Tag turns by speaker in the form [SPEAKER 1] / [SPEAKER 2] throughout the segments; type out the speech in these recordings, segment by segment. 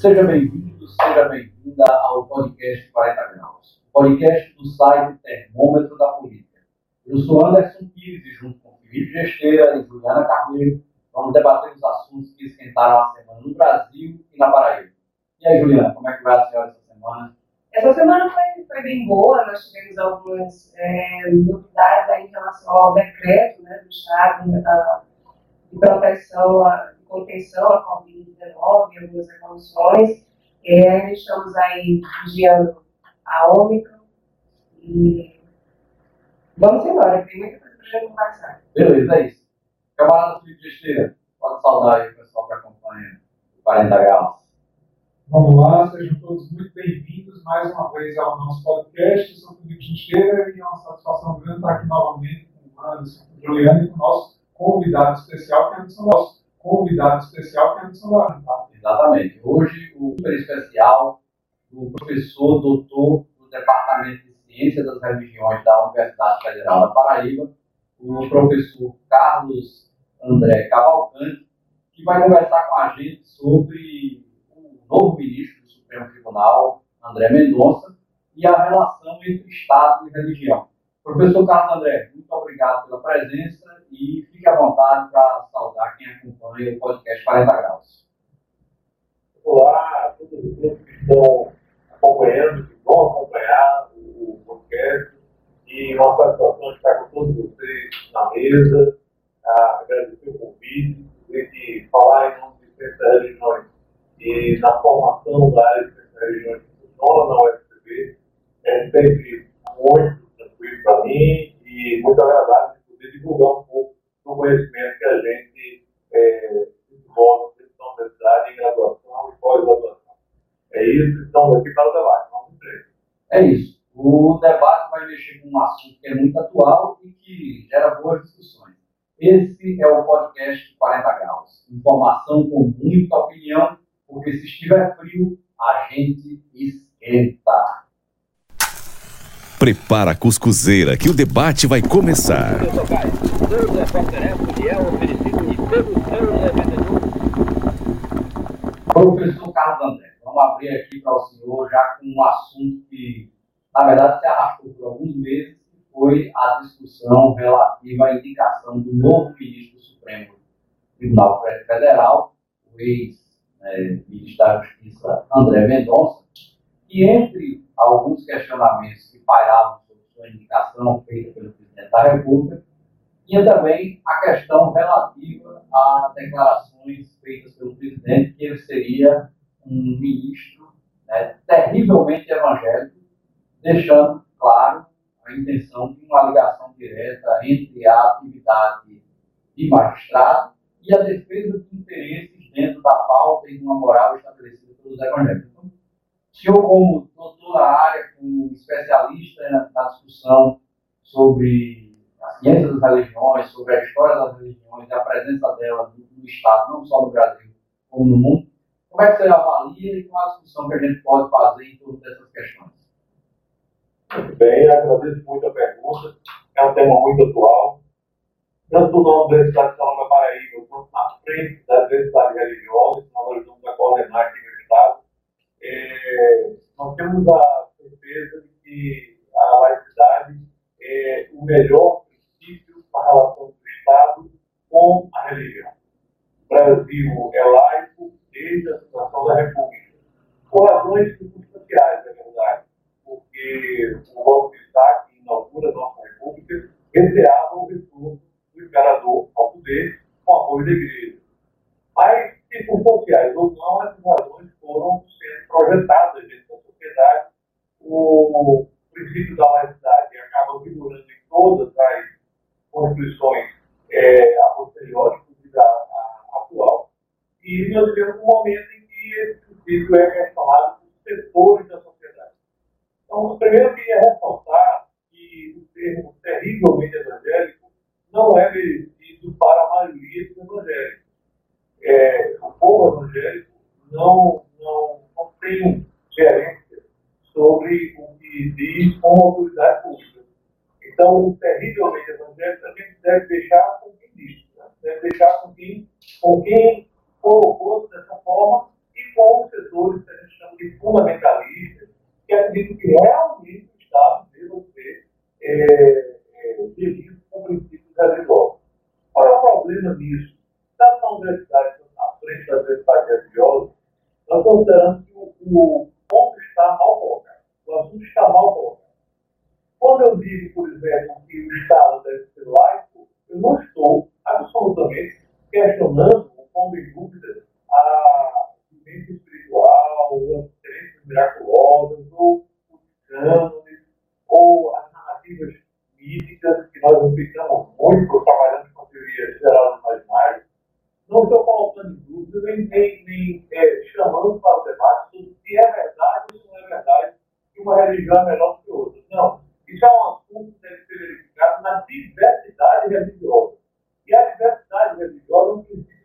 [SPEAKER 1] Seja bem-vindo, seja bem-vinda ao podcast 40 Graus, podcast do site Termômetro da Política. Eu sou Anderson Pires e junto com Felipe Gesteira e Juliana Carneiro, vamos debater os assuntos que esquentaram a semana no Brasil e na Paraíba. E aí, Juliana, como é que vai a senhora essa semana?
[SPEAKER 2] Essa semana foi bem boa, nós tivemos algumas novidades aí em relação ao decreto, do Estado de proteção, de contenção à Covid-19, algumas evoluções. Estamos aí vigiando a Ômicron e vamos embora, tem muita coisa para a gente conversar.
[SPEAKER 1] Beleza, é isso. Camarada Felipe Gesteira, pode saudar aí o pessoal que acompanha o 40 Graus.
[SPEAKER 3] Vamos lá, sejam todos muito bem-vindos mais uma vez ao nosso podcast. Eu sou o Felipe Gesteira e é uma satisfação grande estar aqui novamente com o Anderson, com o Juliano e com o nosso convidado especial, que é a missão da Argentina.
[SPEAKER 1] Exatamente. Hoje, o super especial do professor doutor do Departamento de Ciência das Religiões da Universidade Federal da Paraíba, o professor Carlos André Cavalcante, que vai conversar com a gente sobre o novo ministro do Supremo Tribunal, André Mendonça, e a relação entre Estado e religião. Professor Carlos André, muito obrigado pela presença e fique à vontade para saudar quem acompanha o podcast 40 Graus.
[SPEAKER 4] Olá a todos que estão acompanhando, que vão acompanhar o podcast, e uma satisfação estar com todos vocês na mesa, agradecer o convite, de falar em nome de ciências religiões e na formação da área de ciências religiões que funciona na UFC. É sempre muito tranquilo para mim e muito agradável de poder divulgar um pouco do conhecimento que a gente desenvolve na universidade, em graduação e pós-graduação. É isso, estamos aqui para o debate. Vamos ver.
[SPEAKER 1] É isso. O debate vai mexer com um assunto que é muito atual e que gera boas discussões. Esse é o podcast 40 Graus. Informação com muita opinião, porque se estiver frio, a gente esquenta.
[SPEAKER 5] Prepara a cuscuzeira que o debate vai começar.
[SPEAKER 1] Professor Carlos André, vamos abrir aqui para o senhor já com um assunto que, na verdade, se arrastou por alguns meses, que foi a discussão relativa à indicação do novo ministro do Supremo Tribunal Federal, o ex-ministro da Justiça André Mendonça, e entre alguns questionamentos que pairavam sobre sua indicação feita pelo presidente da República, tinha também a questão relativa a declarações feitas pelo presidente que ele seria um ministro terrivelmente evangélico, deixando claro a intenção de uma ligação direta entre a atividade de magistrado e a defesa de interesses dentro da pauta e de uma moral estabelecida pelos evangélicos. Então, o senhor, como doutor na área, como especialista na discussão sobre a ciência das religiões, sobre a história das religiões e a presença dela no Estado, não só no Brasil, como no mundo, como é que você avalia e qual a discussão que a gente pode fazer em torno dessas questões?
[SPEAKER 4] Muito bem, agradeço muito a pergunta. É um tema muito atual. Tanto na Universidade Federal da Paraíba, quanto na frente das universidades religiosas, nós ajudamos a coordenar aqui no Estado. Nós temos a certeza de que a laicidade é o melhor princípio para a relação do Estado com a religião. O Brasil é laico desde a fundação da República, por razões circunstanciais, é verdade, porque o golpe de Estado que inaugura a nossa República receava o retorno do imperador ao poder com o apoio da Igreja. Mas, circunstanciais ou não, essas razões foram sendo projetadas dentro da sociedade. O princípio da laicidade acaba figurando em todas as constituições a posteriori, inclusive a atual, e nós vivemos um momento em que esse princípio é questionado por setores da sociedade. Então, primeiro eu queria ressaltar que o termo terrivelmente evangélico não é merecido para a maioria dos evangélicos. O povo evangélico não tem gerência sobre o que diz com a autoridade pública. Então, o terrivelmente evangélico a gente deve deixar com quem diz, deve deixar com quem colocou dessa forma e com o setor setores que a gente chama de fundamentalistas, que acreditam que realmente o Estado deva ser gerido com princípios religiosos. Qual é o problema disso? Tanto na universidade, à frente das universidades religiosas, nós consideramos que o ponto está mal colocado, o assunto está mal colocado. Quando eu digo, por exemplo, que o Estado deve ser laico, eu não estou absolutamente questionando ou pondo em dúvida a vivência espiritual, as experiências miraculosas, ou os cânones, ou as narrativas místicas, que nós aplicamos muito trabalhando com a teoria geral dos imaginários. Não estou colocando em dúvida, nem chamando para o debate sobre se é verdade ou se não é verdade que uma religião é melhor que outra. Não. Isso é um assunto que deve ser verificado na diversidade religiosa. E a diversidade religiosa é um princípio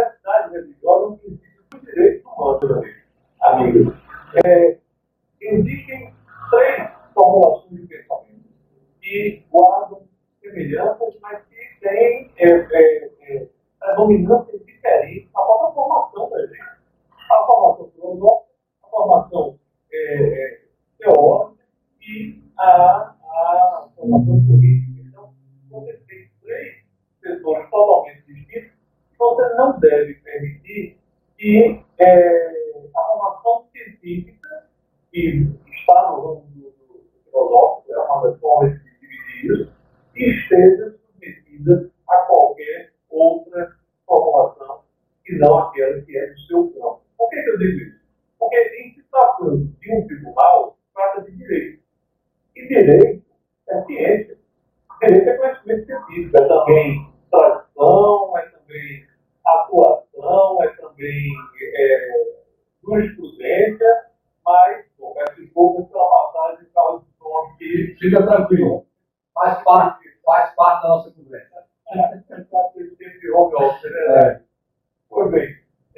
[SPEAKER 4] do direito humano, amigos. Existem três formulações de pensamento que guardam semelhanças, mas que têm predominâncias diferentes na própria formação da gente. A formação filosófica, a formação teórica e a formação política. Então, você tem três setores totalmente distintos e você não deve permitir que a formação científica, que está no ramo do filosófico, é uma das formas de dividir isso, esteja submetida a qualquer outra formulação que não aquela que é do seu campo. Por que eu digo isso? Porque em se tratando de um tribunal, trata de direito. E direito é ciência. Direito é conhecimento científico, é também tradição, é também atuação, é também jurisprudência, mas, bom, peço desculpas pela passagem de Carlos de Som aqui.
[SPEAKER 1] Fica tranquilo. Faz parte da nossa conversa.
[SPEAKER 4] Pois bem,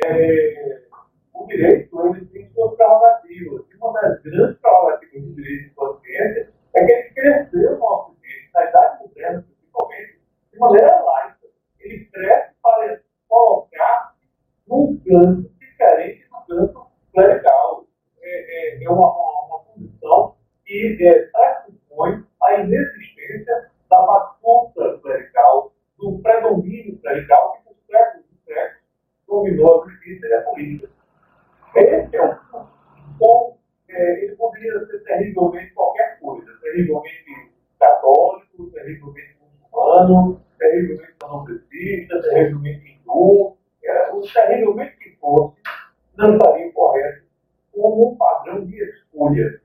[SPEAKER 4] o direito ele tem suas prerrogativas. E uma das grandes prerrogativas do direito enquanto ciência é que ele cresceu no Ocidente, na Idade Moderna, principalmente, de maneira laica. Ele cresce para colocar num canto diferente do canto clerical. É uma condição que pressupõe a inexistência da bagunça clerical, do predomínio clerical que por séculos e séculos dominou a justiça e a política. Esse é um ponto. Então, ele poderia ser terrivelmente qualquer coisa, terrivelmente católico, terrivelmente muçulmano, terrivelmente candomblessista, terrivelmente hindu, o terrivelmente que fosse, não estaria correto como um padrão de escolha.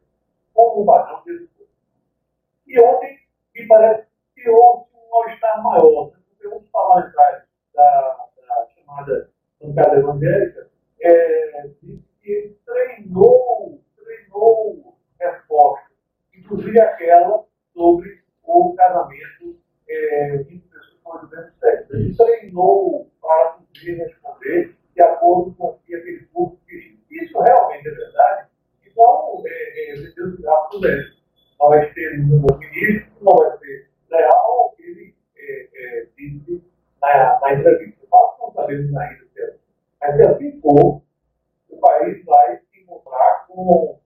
[SPEAKER 4] E ontem, me parece que houve um mal-estar maior, porque um dos parlamentares da chamada bancada evangélica disse que ele treinou respostas, inclusive aquela sobre o casamento entre pessoas do mesmo sexo. Ele treinou para poder responder de acordo com o que aquele público queria. Isso realmente é verdade. Então, Deus me dá prudência. Não vai ser um ministro, não vai ser leal ao que ele disse na entrevista. Nós não sabemos ainda se é assim. Mas se assim for, o país vai se encontrar com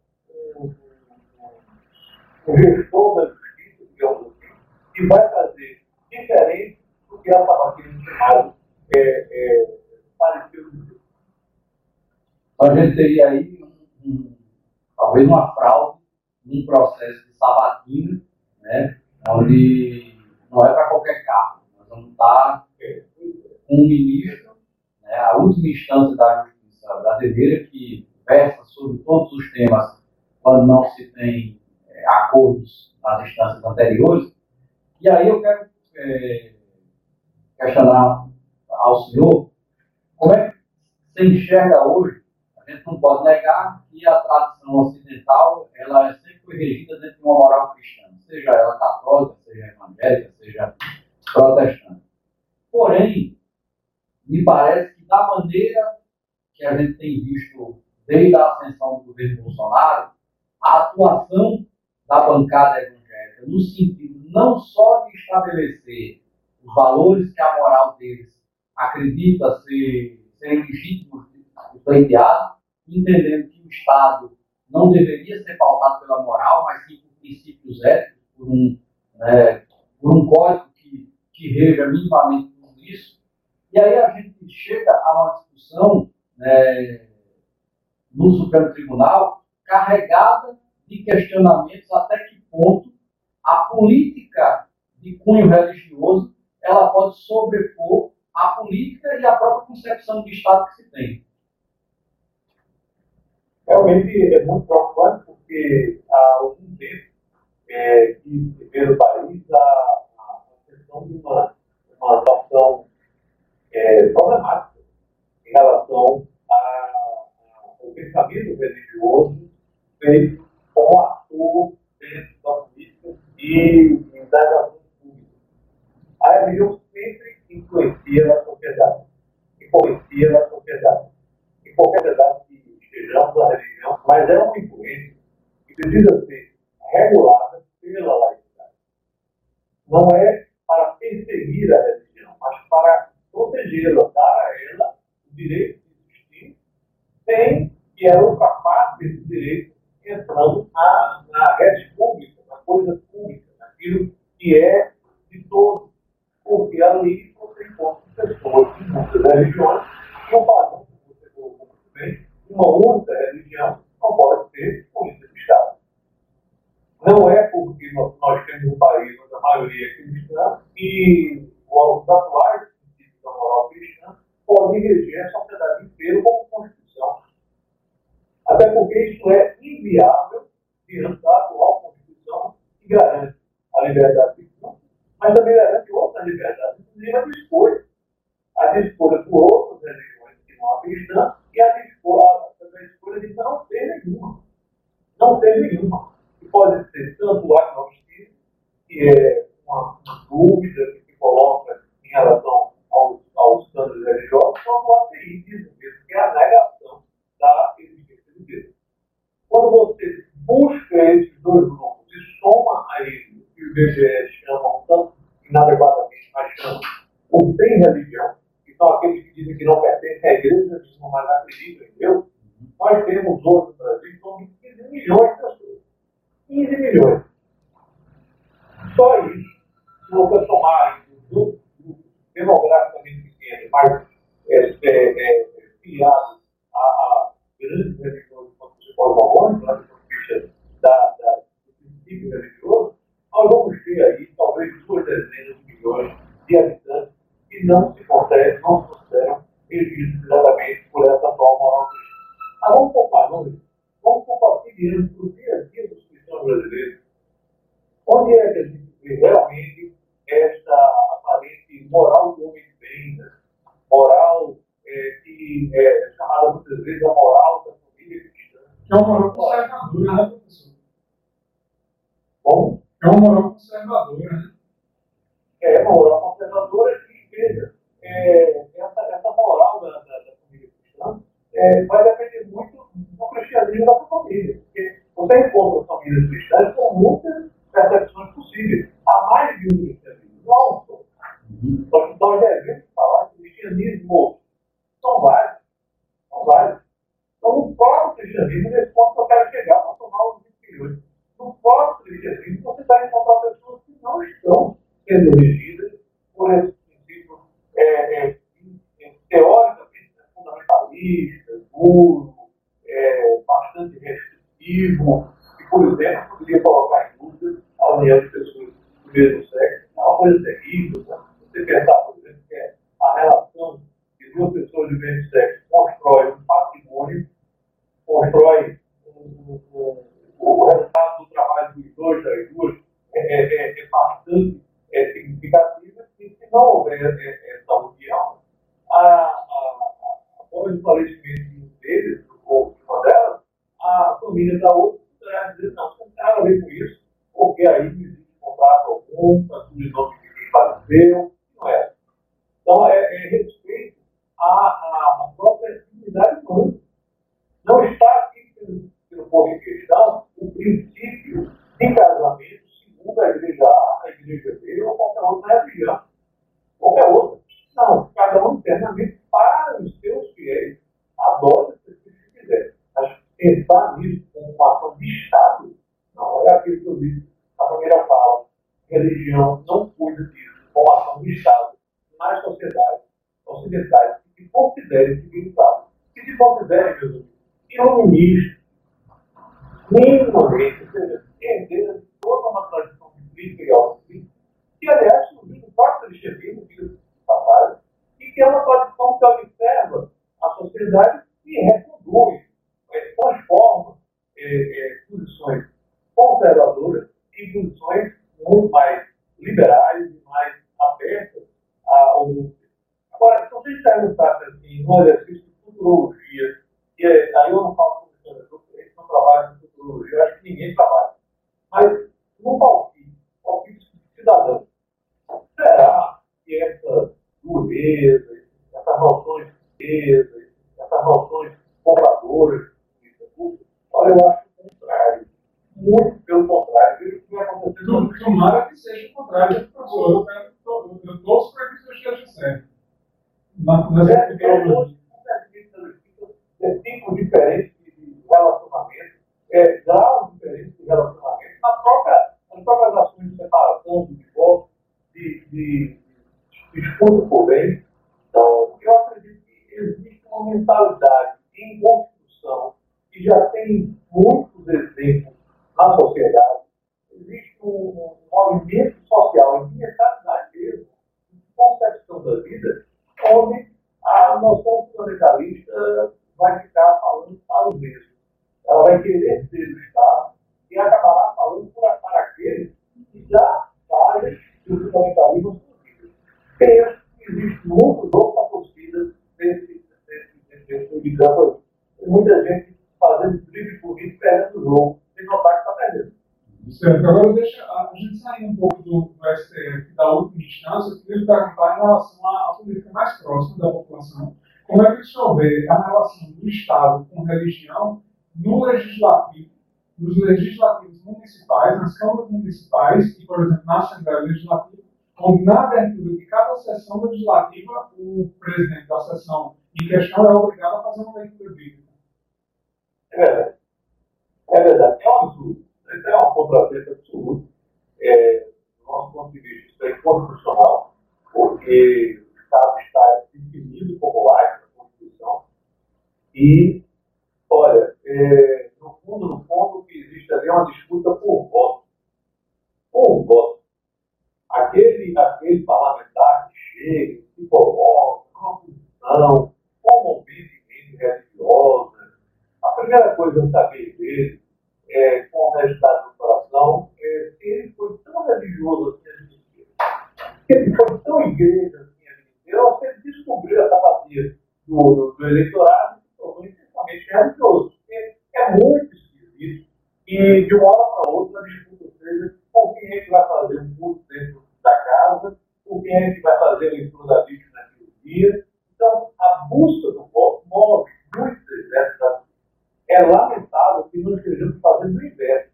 [SPEAKER 4] um gestor da justiça, digamos assim, que vai fazer diferente do que ela estava aqui chamado parecido com isso.
[SPEAKER 1] A gente teria aí talvez uma fraude num processo de sabatina, né, onde não é para qualquer cargo. Nós vamos estar com um ministro, né, a última instância da justiça brasileira, que versa sobre todos os temas quando não se tem acordos nas instâncias anteriores. E aí eu quero questionar ao senhor como é que você enxerga hoje. A gente não pode negar que a tradição ocidental ela sempre foi regida dentro de uma moral cristã, seja ela católica, seja evangélica, seja protestante. Porém, me parece que da maneira que a gente tem visto desde a ascensão do governo Bolsonaro, a atuação da bancada evangélica no sentido não só de estabelecer os valores que a moral deles acredita serem legítimos de pleitear, entendendo que o Estado não deveria ser pautado pela moral, mas sim por princípios éticos, por um código que reja minimamente tudo isso. E aí a gente chega a uma discussão no Supremo Tribunal carregada de questionamentos até que ponto a política de cunho religioso ela pode sobrepor a política e a própria concepção de Estado que se tem.
[SPEAKER 4] Realmente é muito preocupante porque há algum tempo que se vê no país a questão de uma situação problemática em relação ao pensamento religioso feito como ator dentro da política e das ações públicas. A religião sempre influencia na sociedade. Influencia na sociedade. Em qualquer sociedade que estejamos, a religião, mas é uma influência que precisa ser regulada pela laicidade. Não é para perseguir a religião, mas para protegê-la, dar a ela o direito de existir, sem que ela ultrapasse esse direito entrando na rede pública, na coisa pública, naquilo que é de todos. Porque a lei você encontra pessoas de muitas religiões que não padrão, como você colocou muito bem, uma única religião não pode ser política de Estado. Não é porque nós temos um país onde a maioria é cristã que os atuais princípios da moral cristã podem reger a sociedade inteira como Constituição. Até porque isso é inviável diante da atual Constituição que garante a liberdade de culto, mas também garante outra liberdade, inclusive a de escolha. A de escolha por outras religiões que não a cristã e a de escolha de não ter nenhuma. Não ter nenhuma. Que pode ser tanto o agnosticismo, que é uma dúvida que se coloca em relação aos cânones religiosos, quanto o ateísmo mesmo, que é a negação da existência de Deus. Quando você busca esses dois grupos e soma a eles o que o IBGE chama, tanto inadequadamente, mas chama o sem religião, que são aqueles que dizem que não pertencem à igreja nenhuma, mas acreditam em Deus, nós temos hoje no Brasil, são 15 milhões de pessoas. 15 milhões. Só isso, se você somar os outros grupos demograficamente pequenos, mas filiados a grandes religiões, como você pode falar, do ponto de vista do princípio religioso, nós vamos ter aí talvez 2 dezenas de milhões de habitantes que não se consideram regidos exatamente por essa atual moral cristã. Mas vamos poupar números, vamos compartilhando para o dia a dia dos cristãos brasileiros. Onde é que a gente vê realmente esta aparente moral do homem de bem, né? Moral que é chamada muitas vezes a moral da família cristã?
[SPEAKER 3] É uma moral conservadora, né, professor?
[SPEAKER 4] Como?
[SPEAKER 3] É uma moral conservadora, né?
[SPEAKER 4] É uma moral conservadora que, veja, essa moral da família cristã vai depender muito do cristianismo da sua família. Porque você encontra famílias cristãs com muitas percepções possíveis. Há mais de um cristianismo. Não só. Nós devemos falar que o cristianismo são vários. São vários. Então, no próprio cristianismo, nesse ponto que eu quero chegar para tomar os milhões. No próprio cristianismo, você vai encontrar pessoas que não estão sendo regidas por esse princípio teoricamente fundamentalista, duro, bastante restritivo, e, por exemplo, poderia colocar em dúvida a união de pessoas do mesmo sexo. É uma coisa terrível. Né? Você pensar, por exemplo, que a relação de 2 pessoas do mesmo sexo constrói um patrimônio, constrói o resultado do trabalho dos dois, das duas, é bastante significativo, e se não houver essa união, após o falecimento de um deles, ou de uma delas, a família da outra poderá dizer, não tem nada a ver com isso, porque aí não existe contrato algum, está tudo em nome de quem faleceu, não é. Então, é respeito à própria dignidade humana. Não está aqui, pelo ponto em questão, o princípio de casamento segundo a igreja A, a igreja B ou qualquer outra religião. Qualquer outra. Não, cada um internamente para os seus fiéis adora se quiser. pensar nisso como uma ação de Estado, não é aquilo que eu disse na primeira fala. Religião não cuida disso como ação de Estado nas sociedades ocidentais que se considerem civilizadas. Que se considerem, meus amigos, iluministas, minimamente, ou seja, entendendo toda uma tradição de crítica e autocrítica, que, aliás, surgiu no próprio cristianismo, diga-se de passagem, e que é uma tradição que observa a sociedade e reproduz, transforma posições conservadoras em posições muito mais liberais e mais abertas ao mundo. Agora, se vocês perguntassem assim, no exercício de futurologia, que aí eu não falo com historiador, porque eles não trabalham com futurologia, eu acho que ninguém trabalha, mas no palpite cidadão, será que essa dureza, essas noções de dureza, essas noções formadoras, olha, eu acho o contrário. Muito pelo contrário. Veja o que vai acontecer.
[SPEAKER 3] Tomara que seja o contrário, professor. Eu torço para que isso esteja certo.
[SPEAKER 4] Tipos diferentes de relacionamento, graus diferentes de relacionamento, nas próprias ações de separação, de divórcio, de disputa por bem. Então, eu acredito que existe uma mentalidade em construção que já tem muitos exemplos na sociedade. Existe um movimento social de mentalidade mesmo, de concepção da vida, onde a noção fundamentalista vai ficar falando para o mesmo. Ela vai querer ser do Estado e acabará falando para aqueles que já fazem o fundamentalismo possível. Penso que existe muitos outros torcidas desse campo aí. Tem muita gente fazendo drible político perdendo o jogo, sem notar que está perdendo.
[SPEAKER 3] Certo, agora deixa a gente sair um pouco do STF, da última instância, eu queria perguntar em relação à política mais próxima da população. Como é que o senhor vê a relação do Estado com religião no legislativo, nos legislativos municipais, nas câmaras municipais e, por exemplo, na Assembleia Legislativa, onde na abertura de cada sessão legislativa, o presidente da sessão em questão é obrigado a fazer uma leitura bíblica?
[SPEAKER 4] É verdade. É verdade. É um absurdo. Isso é uma contrassenso absoluto. Do nosso ponto de vista, isso é inconstitucional, porque o Estado está definido como laico na Constituição. E, olha, no fundo, o que existe ali é uma disputa por voto. Por voto. Aquele parlamentar que chega, se coloca numa posição comoventemente religiosa, a primeira coisa a saber dele, com a honestidade do coração, se ele foi tão religioso assim a vida inteira, se ele foi tão igreja assim a vida inteira, ou se ele descobriu essa apatia do eleitorado e se tornou intensamente religioso. Porque é muito esquisito e, de uma hora para outra, a disputa seja com quem é que vai fazer um culto dentro da casa, com quem é que vai fazer a leitura da Bíblia naquele dia. Então, a busca do voto move muitos exércitos da vida. É lamentável que nós estejamos fazendo o inverso.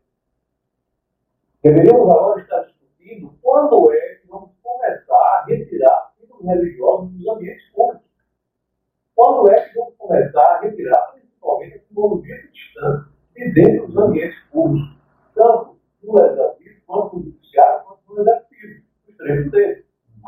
[SPEAKER 4] Deveríamos agora estar discutindo quando é que vamos começar a retirar símbolos religiosos dos ambientes públicos. Quando é que vamos começar a retirar, principalmente, a simbologia cristã de dentro dos ambientes públicos, tanto no legislativo, quanto no judiciário, quanto no executivo. Os três poderes.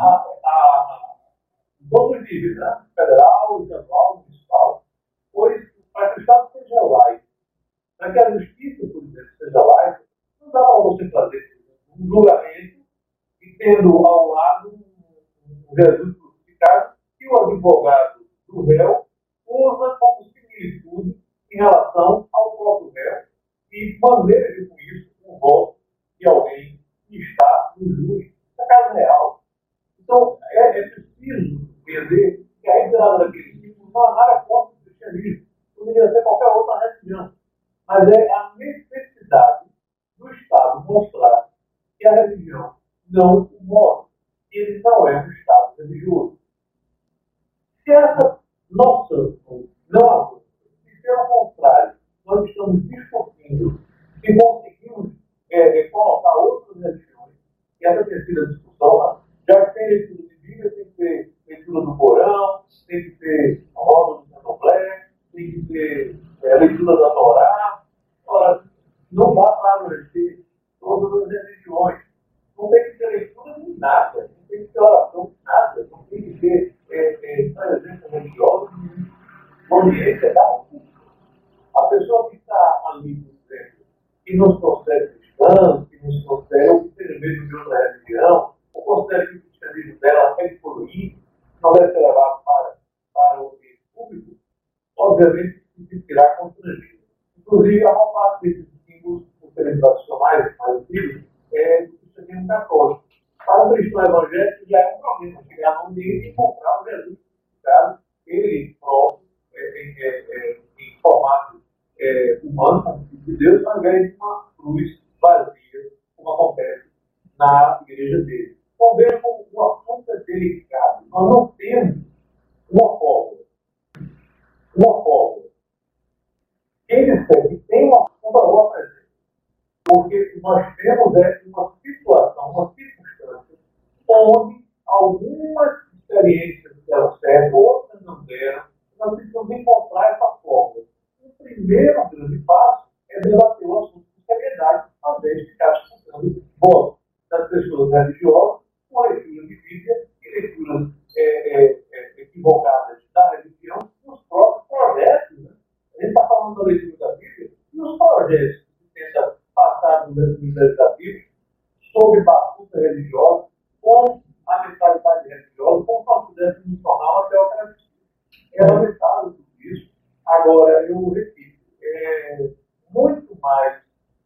[SPEAKER 4] Todos os níveis, né? Federal, estadual, municipal. Pois, para que o Estado seja laico, para que a justiça, por exemplo, seja laica, não dá para você fazer um julgamento e tendo ao lado um Jesus crucificado e o advogado do réu usa como similitude em relação ao próprio réu e maneja com isso o voto de alguém que está no júri. Isso é caso real. Então, é preciso entender que a retirada daquele símbolo não há nada contra o cristianismo. Poderia ser qualquer outra religião. Mas é a necessidade do Estado mostrar que a religião não o move. Ele não é um Estado religioso. Se essa noção não avança, se pelo contrário, nós estamos discutindo se conseguimos colocar outras religiões, e essa tem sido a discussão, já que tem leitura de Bíblia, tem que ter leitura do Corão, tem que ter roda do Candomblé, tem que ter leitura da Torá, que não se considere cristã, que não se considere ou que seja mesmo de outra religião, ou considere que o cristianismo dela é poluir, não deve ser levado para o ambiente público, obviamente se sentirá constrangido. Inclusive, a maior parte desses símbolos, os tradicionais, mais antigos, é do cristianismo católico. Para o cristão evangélico já é um problema chegar no ambiente e encontrar o Jesus crucificado, ele próprio, em formato humano, como filho de Deus, ao invés de uma cruz vazia, como acontece na igreja dele. Então, veja como o assunto é delicado. Nós não temos uma fórmula. Uma fórmula. Quem disser que tem uma fórmula presente, porque nós temos uma situação, uma circunstância, onde algumas experiências deram certo, outras não deram, nós precisamos encontrar essa fórmula. O primeiro grande passo é debater o assunto com seriedade, ao invés de ficar disputando votos das pessoas religiosas com leitura de Bíblia e leituras equivocadas da religião nos próprios projetos. Né? A gente está falando da leitura da Bíblia e os projetos que se tenta passar do leitura da Bíblia sob batuta religiosa, com a mentalidade religiosa, como nós pudéssemos nos tornar uma teocracia. É lamentável tudo isso. Agora, eu repito, muito mais,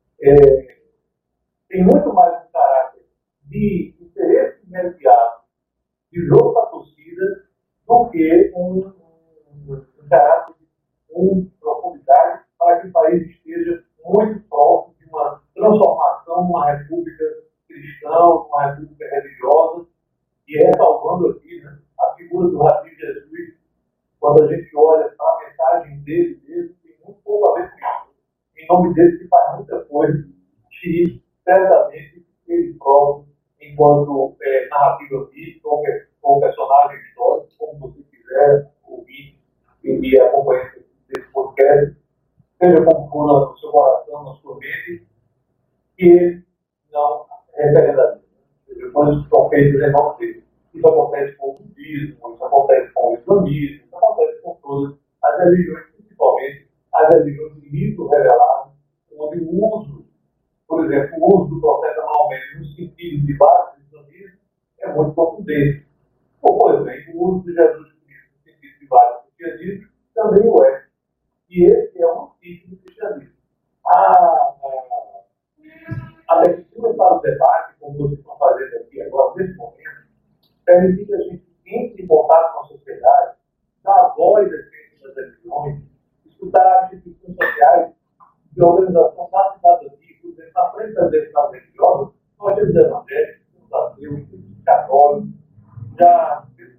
[SPEAKER 4] tem muito mais um caráter de interesse imediato, de jogo da torcida, do que um caráter de profundidade para que o país esteja muito próximo de uma transformação numa república cristã, numa república religiosa, e ressalvando aqui, né, a figura do Rabi Jesus, quando a gente olha para a mensagem dele, tem muito pouco a ver com isso. Em nome dele se faz muita coisa que, certamente, ele próprio, enquanto narrativa bíblica, ou personagem histórico, como você quiser ouvir e acompanhar esse podcast, seja como for no seu coração, na sua mente, que ele não representa. Depois que são feitos em nome dele. Isso acontece com o budismo, isso acontece com o islamismo, isso acontece com todas as religiões, principalmente as religiões de mito revelado, onde o uso, por exemplo, o uso do profeta Maomé no sentido de vários islamismos é muito contundente. Ou, por exemplo, o uso de Jesus Cristo no sentido de vários cristianismos também o é. E esse é um tipo de cristianismo. A leitura para o debate, como vocês estão fazendo aqui agora, nesse momento, permite que a gente entre em contato com a sociedade, dar voz às ciências das religiões, estudar as instituições sociais de organização da cidadania, por exemplo, na frente das entidades religiosas, nós temos evangélicos, temos ateus, temos católicos, já temos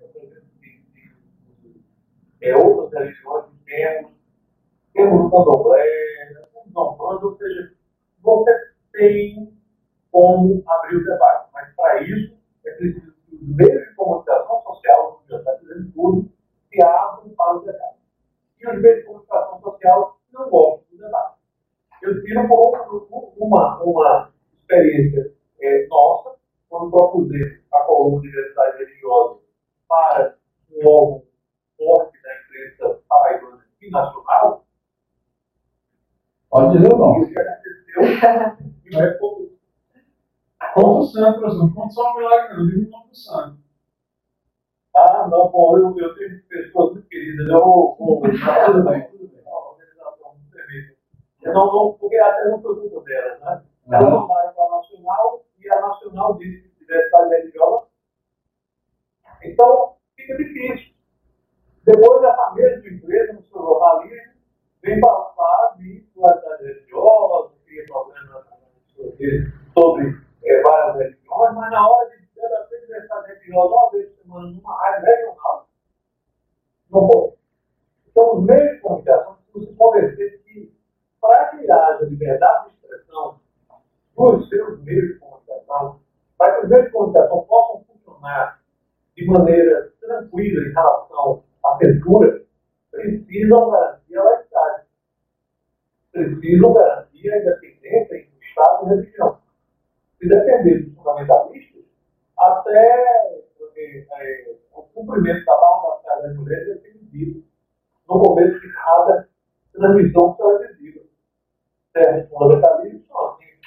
[SPEAKER 4] outras religiões que temos o candomblé, temos o umbanda, ou seja, você tem como abrir o debate, mas para isso é preciso que os meios de comunicação social, que já está dizendo tudo, se abram para o debate. E os meios de comunicação social não gostam do debate. Eu tiro uma experiência nossa, quando propusemos a coluna de diversidade religiosa para um órgão forte da imprensa paraibana e nacional.
[SPEAKER 1] Pode dizer ou não?
[SPEAKER 4] E o que aconteceu não é pouco.
[SPEAKER 3] Conta o santo, professor. Não conta só um milagre, não. Diga o nome do santo.
[SPEAKER 4] Ah, não, bom, eu tenho pessoas muito queridas. Eu vou. Tudo bem. A organização muito tremenda. Não, porque até não foi culpa delas, né? Elas mandaram para a Nacional e a Nacional disse que diversidade religiosa. Então, fica difícil. Depois, essa mesma empresa, no seu jornalismo, vem falar de pluralidade religiosa, cria problemas sobre várias religiões, mas na hora de debater diversidade religiosa uma vez por semana numa área regional, não pode. Então, os meios de comunicação precisam se convencer que, para que haja liberdade de expressão nos seus meios de comunicação, para que os meios de comunicação possam funcionar de maneira tranquila em relação à censura, precisam garantir a laicidade. Precisam garantir a independência do Estado e da religião. Se depender dos fundamentalistas, até o cumprimento da barra da das mulheres é definido no começo de cada transmissão televisiva. Certos fundamentalistas são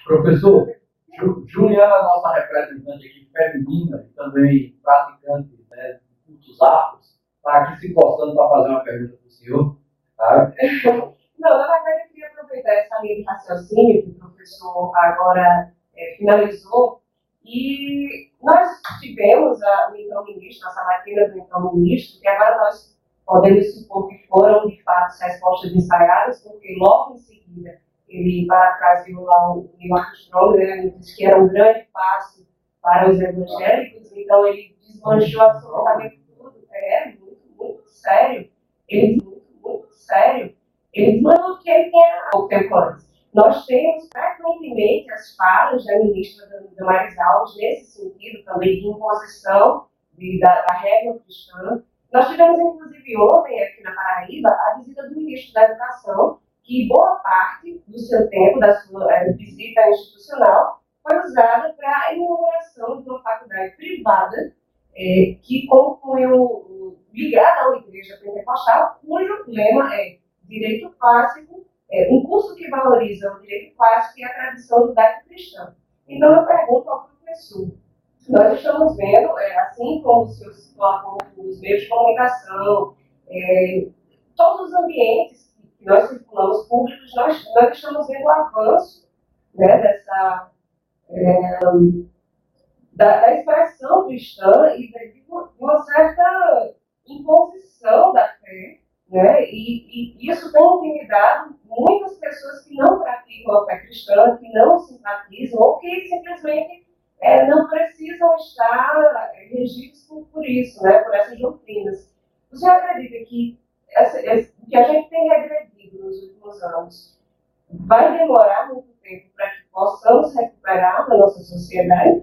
[SPEAKER 1] Professor, Juliana, nossa representante aqui feminina e também praticante, né, de cultos afros, está aqui se coçando para fazer uma pergunta para o senhor. Tá?
[SPEAKER 2] Não, na verdade, eu queria aproveitar essa linha de raciocínio que o professor agora finalizou. E nós tivemos o então-ministro, nossa matéria do então-ministro, que agora nós podemos supor que foram, de fato, respostas ensaiadas, porque logo em seguida ele parafraseou lá o Neil Armstrong, né, ele disse que era um grande passo para os evangélicos, então ele desmanchou absolutamente tudo. Muito sério. Muito sério. Ele desmanchou o que ele tinha pouco tempo antes. Nós temos frequentemente as falas da ministra Damares Alves nesse sentido também de imposição da regra cristã. Nós tivemos, inclusive, ontem, aqui na Paraíba, a visita do ministro da Educação, que boa parte do seu tempo, da sua visita institucional, foi usada para a inauguração de uma faculdade privada que concluiu ligada a uma igreja pentecostal, cujo lema é direito clássico, um curso que valoriza o direito clássico e a tradição judaico-cristã. Então, eu pergunto ao professor, nós estamos vendo, assim como o senhor citou há pouco, os meios de comunicação, todos os ambientes que nós circulamos públicos, nós estamos vendo o avanço, né, da expressão cristã e de uma certa imposição da fé, né? E isso tem intimidado muitas pessoas que não praticam a fé cristã, que não simpatizam ou que simplesmente não precisam estar regidos por isso, né? Por essas doutrinas. Você acredita que que a gente tem regredido nos últimos anos vai demorar muito tempo para que possamos recuperar na nossa sociedade?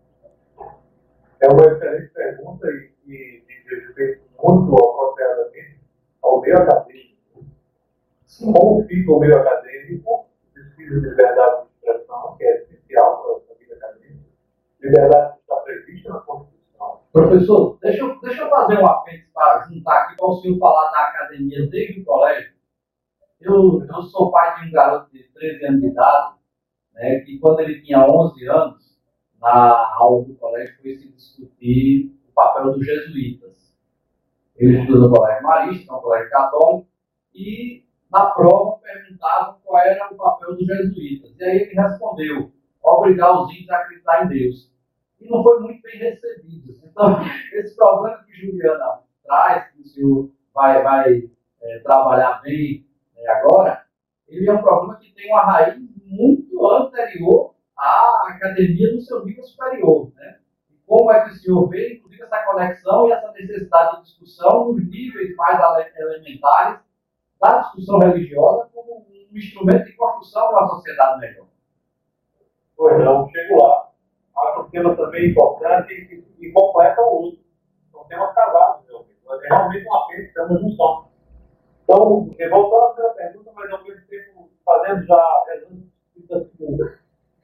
[SPEAKER 4] É uma excelente pergunta e diz respeito muito apropriadamente ao meio acadêmico. Como fica o meio acadêmico, precisa de liberdade de expressão, que é essencial para a vida acadêmica, liberdade que está prevista na Constituição.
[SPEAKER 1] Professor, deixa eu fazer um apêndice para juntar aqui para o senhor falar da academia desde o colégio. Eu sou pai de um garoto de 13 anos de idade, né, que quando ele tinha 11 anos, na aula do colégio foi se discutir o papel dos jesuítas. Ele estudou no colégio marista, que é um colégio católico, e na prova perguntavam qual era o papel dos jesuítas. E aí ele respondeu, obrigar os índios a acreditar em Deus. E não foi muito bem recebido. Então, esse problema que Juliana traz, que o senhor vai trabalhar bem agora, ele é um problema que tem uma raiz muito anterior à academia no seu nível superior, né? E como é que o senhor vê, inclusive, essa conexão e essa necessidade de discussão nos níveis mais elementares da discussão religiosa como um instrumento de construção de uma sociedade melhor?
[SPEAKER 4] Pois não, chego lá. Acho um tema também importante e completa o outro. São temas casados, meu amigo. É realmente uma apêndice, é uma junção. Então, voltando à primeira pergunta, mas ao mesmo tempo fazendo já a segunda.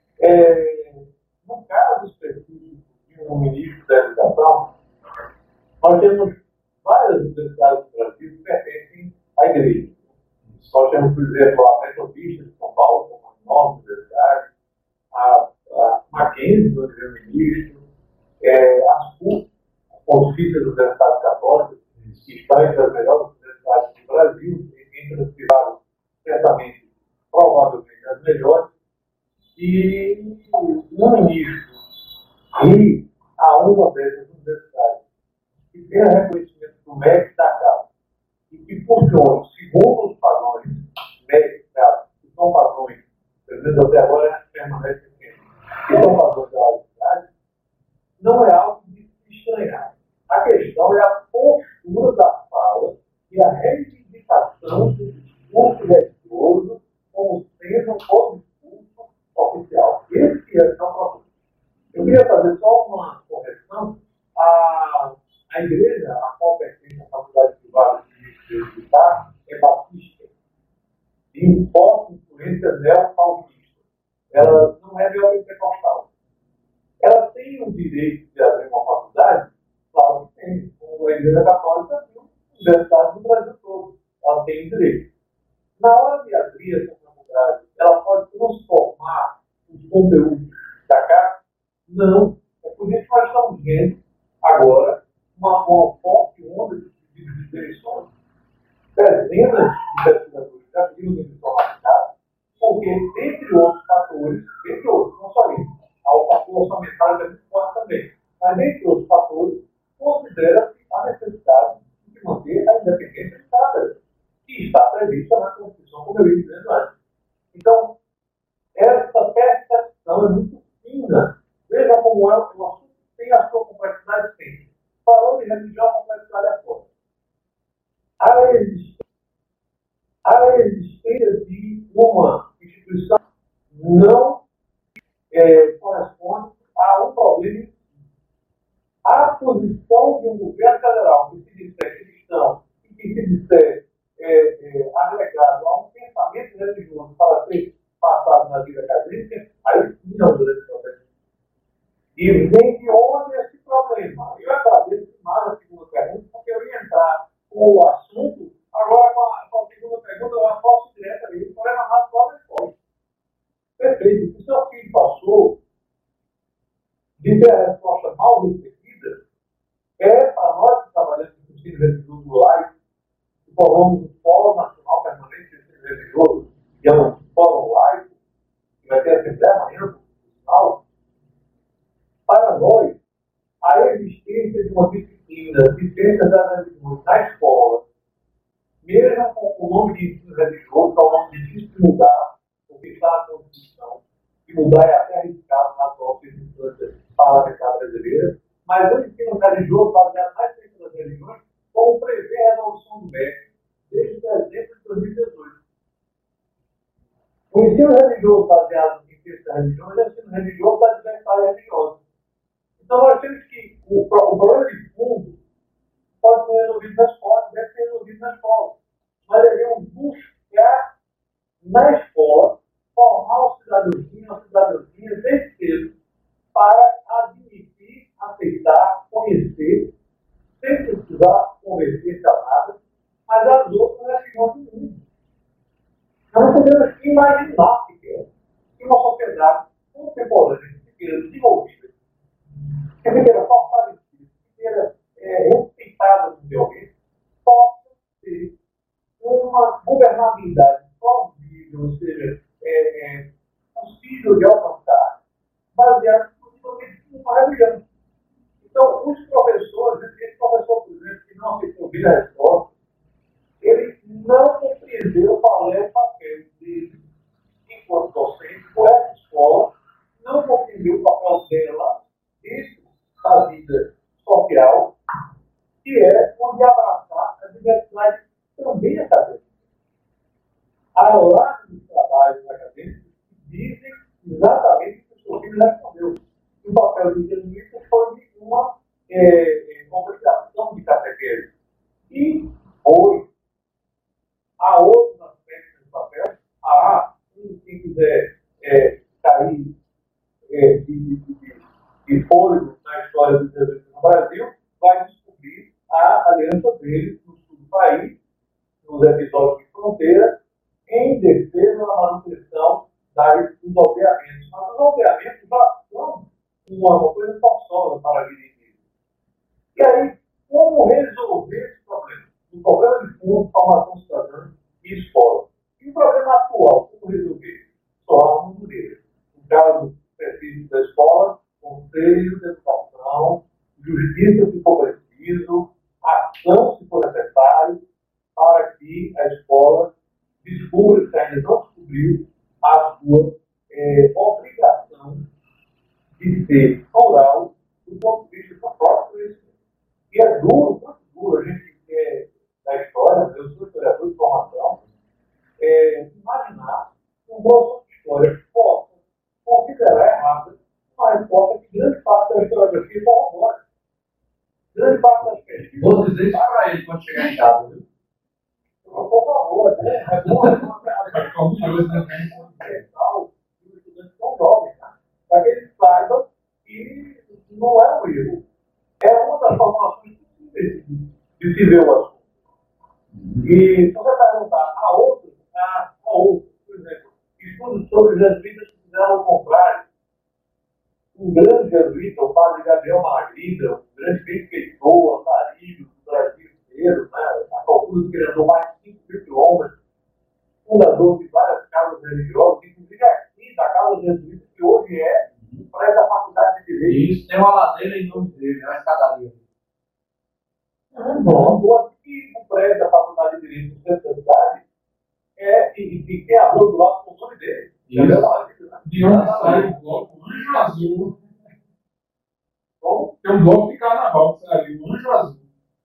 [SPEAKER 4] No caso específico de um ministro da Educação, nós temos várias universidades do Brasil que pertencem à igreja. Nós temos, por exemplo, a Metodista de São Paulo, como uma nova universidade, a Mackenzie, do primeiro-ministro, as PUC, as Pontifícias Universidades Católicas, que estão entre as melhores universidades do Brasil, entre as privadas, certamente, provavelmente as melhores, e o ministro ir a uma dessas universidades que tenha reconhecimento do mérito da casa e que funcione segundo os padrões médicos, que são padrões, pelo menos até agora, permanecem sempre, que são padrões da universidade, não é algo de se estranhar. A questão é a postura da fala e a reivindicação do discurso religioso como sendo um discurso oficial. Esse é o problema. Eu queria fazer só uma correção. A igreja a qual pertence a faculdade privada de militar é batista e forte influência neopalmista. Ela não é neopentecostal. Ela tem o direito de abrir uma faculdade? Claro que tem. Como a igreja católica tem universidades no Brasil todo. Ela tem o direito. Na hora de abrir essa faculdade, ela pode transformar os conteúdo da casa? Não. É por isso que nós estamos vendo agora uma forte onda de pedidos de demissões. Dezenas de pesquisadores já pediram demissão na casa, porque, entre outros fatores, entre outros, não só isso, o fator orçamentário é muito forte também, mas, entre outros fatores, considera-se a necessidade de manter a independência de cada, que está prevista na Constituição, como eu ia dizendo antes. Então, essa percepção é muito fina. Veja como é o assunto tem a sua complexidade sempre. Falando de religião, a complexidade é forte. A existência de uma instituição não corresponde a um problema. A posição de um governo federal que se disser cristão e que se disser agregado a um pensamento religioso para ser passado na vida acadêmica, aí sim é um grande problema. E vem de onde esse problema? Eu agradeço demais a segunda pergunta, porque eu ia entrar com o assunto, agora com a segunda pergunta, eu posso direto ali, o problema mais claro é forte. Perfeito. O seu filho passou de ter a resposta mal recebida, para nós que trabalhamos no ensino religioso laico, que formamos o Fórum Nacional Permanente de Ensino Religioso, que é um fórum laico, que vai ter assembleia amanhã, no final, para nós, a existência de uma disciplina de ciências das religiões na escola, mesmo com o nome de ensino religioso, que é um nome difícil de mudar, porque está na Constituição, e mudar é até arriscado na atual circunstância parlamentar brasileira, mas o ensino religioso baseado nas ciências das religiões, como prevê a resolução do MEC, desde dezembro de 2018. O ensino religioso baseado em ciências das religiões é o ensino religioso da diversidade religiosa. Então, nós temos que o problema de fundo pode ser resolvido na escola, deve ser resolvido na escola. Mas devemos buscar na escola formar uma cidadania desde cedo para admitir, aceitar, conhecer, sem precisar convencer a nada, mas as outras religiões do mundo. Nós podemos imaginar que uma sociedade contemporânea, desenvolvida, que queira fortalecida, que queira respeitada mundialmente, possa ter uma governabilidade plausível, ou seja, possível de alcançar, baseada exclusivamente numa religião. Então, os professores, esse professor, por exemplo, que não aceitou ouvir a resposta, ele não compreendeu qual é o papel dele enquanto docente, por essa escola, não compreendeu o papel dela dentro da vida social, que é onde abraçar a diversidade também acadêmica. Há lá nos trabalhos acadêmicos que dizem exatamente o que o seu filho respondeu. O papel do jesuíta foi de uma obrigação de catequese. E foi. Há outros aspectos do papel. Quem quiser cair de fôlego na história do jesuíta no Brasil, vai descobrir a aliança dele no sul do país, nos episódios de fronteira, em defesa da manutenção dos aldeamentos. Mas os aldeamentos já são uma coisa forçosa para a vida indígena. E aí, como resolver esse problema? O problema de fundo, formação cidadã e escola. E o problema atual, como resolver? Só há uma maneira. No caso específico da escola, conselho de educação, justiça se for preciso, ação se for necessário, para que a escola descubra, se ainda não descobriu, a sua obrigação de ser plural do ponto de vista do próprio conhecimento. E é duro, muito duro, a gente que é da história, eu sou historiador de formação, imaginar que um professor de história possa considerar errada uma resposta que grande parte da historiografia corrobora. Grande parte das pesquisas.
[SPEAKER 1] Vou dizer isso para ele quando chegar em casa, viu?
[SPEAKER 4] Por favor, né? É bom
[SPEAKER 3] Vai ficar orgulhoso, né?
[SPEAKER 4] os estudantes tão jovens, né? Para que eles saibam que não é um erro. É uma das formulações possíveis de se ver o assunto. E se você perguntar a outros, por exemplo, estudos sobre os jesuítas que fizeram o contrário, um grande jesuíta, o padre Gabriel Malagrida, um grande benfeitor, andarilho do Brasil inteiro, né? A calcula que ele andou mais de 5 mil quilômetros, fundador de várias casas religiosas, inclusive aqui, da Casa Jesuíta, que hoje é o prédio da Faculdade de Direito.
[SPEAKER 1] Isso, tem uma ladeira em nome dele, é uma escadaria.
[SPEAKER 4] Bom, aqui no prédio da Faculdade de Direito do centro da cidade, e tem a rua do lado com o nome dele. Gabriel Malagrida, né?
[SPEAKER 3] De onde sai o bloco Anjo Azul.
[SPEAKER 4] Bom,
[SPEAKER 3] Tem um bloco de carnaval que saiu, Anjo Azul.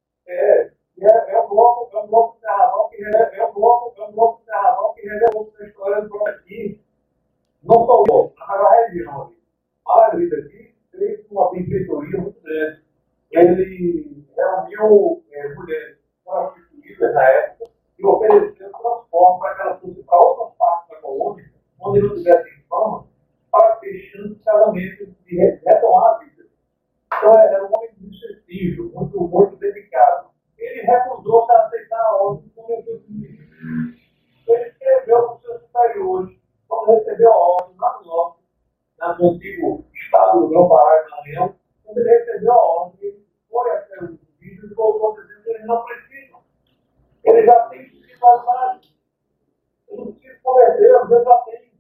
[SPEAKER 4] É um bloco de carnaval que revelou a história do bloco aqui. Não só o bloco, mas a região ali. Malagrida aqui fez uma benfeitoria muito grande. Ele reuniu mulheres prostituídas na época e ofereceu transporte para que elas fossem para outras partes da colônia, onde não tivessem fama, para ter chance de casamento de retomar a vida. Então, era um homem muito sensível, muito dedicado. Ele recusou-se a aceitar a ordem e começou a se. Ele escreveu para os seus superiores, quando recebeu a ordem lá no norte, no antigo estado do Grão-Pará e Maranhão, quando ele recebeu a ordem, ele foi até os vídeos e voltou dizendo que eles não precisam. Ele já tem espiritualidade. Ele não precisa converter, ele já tem.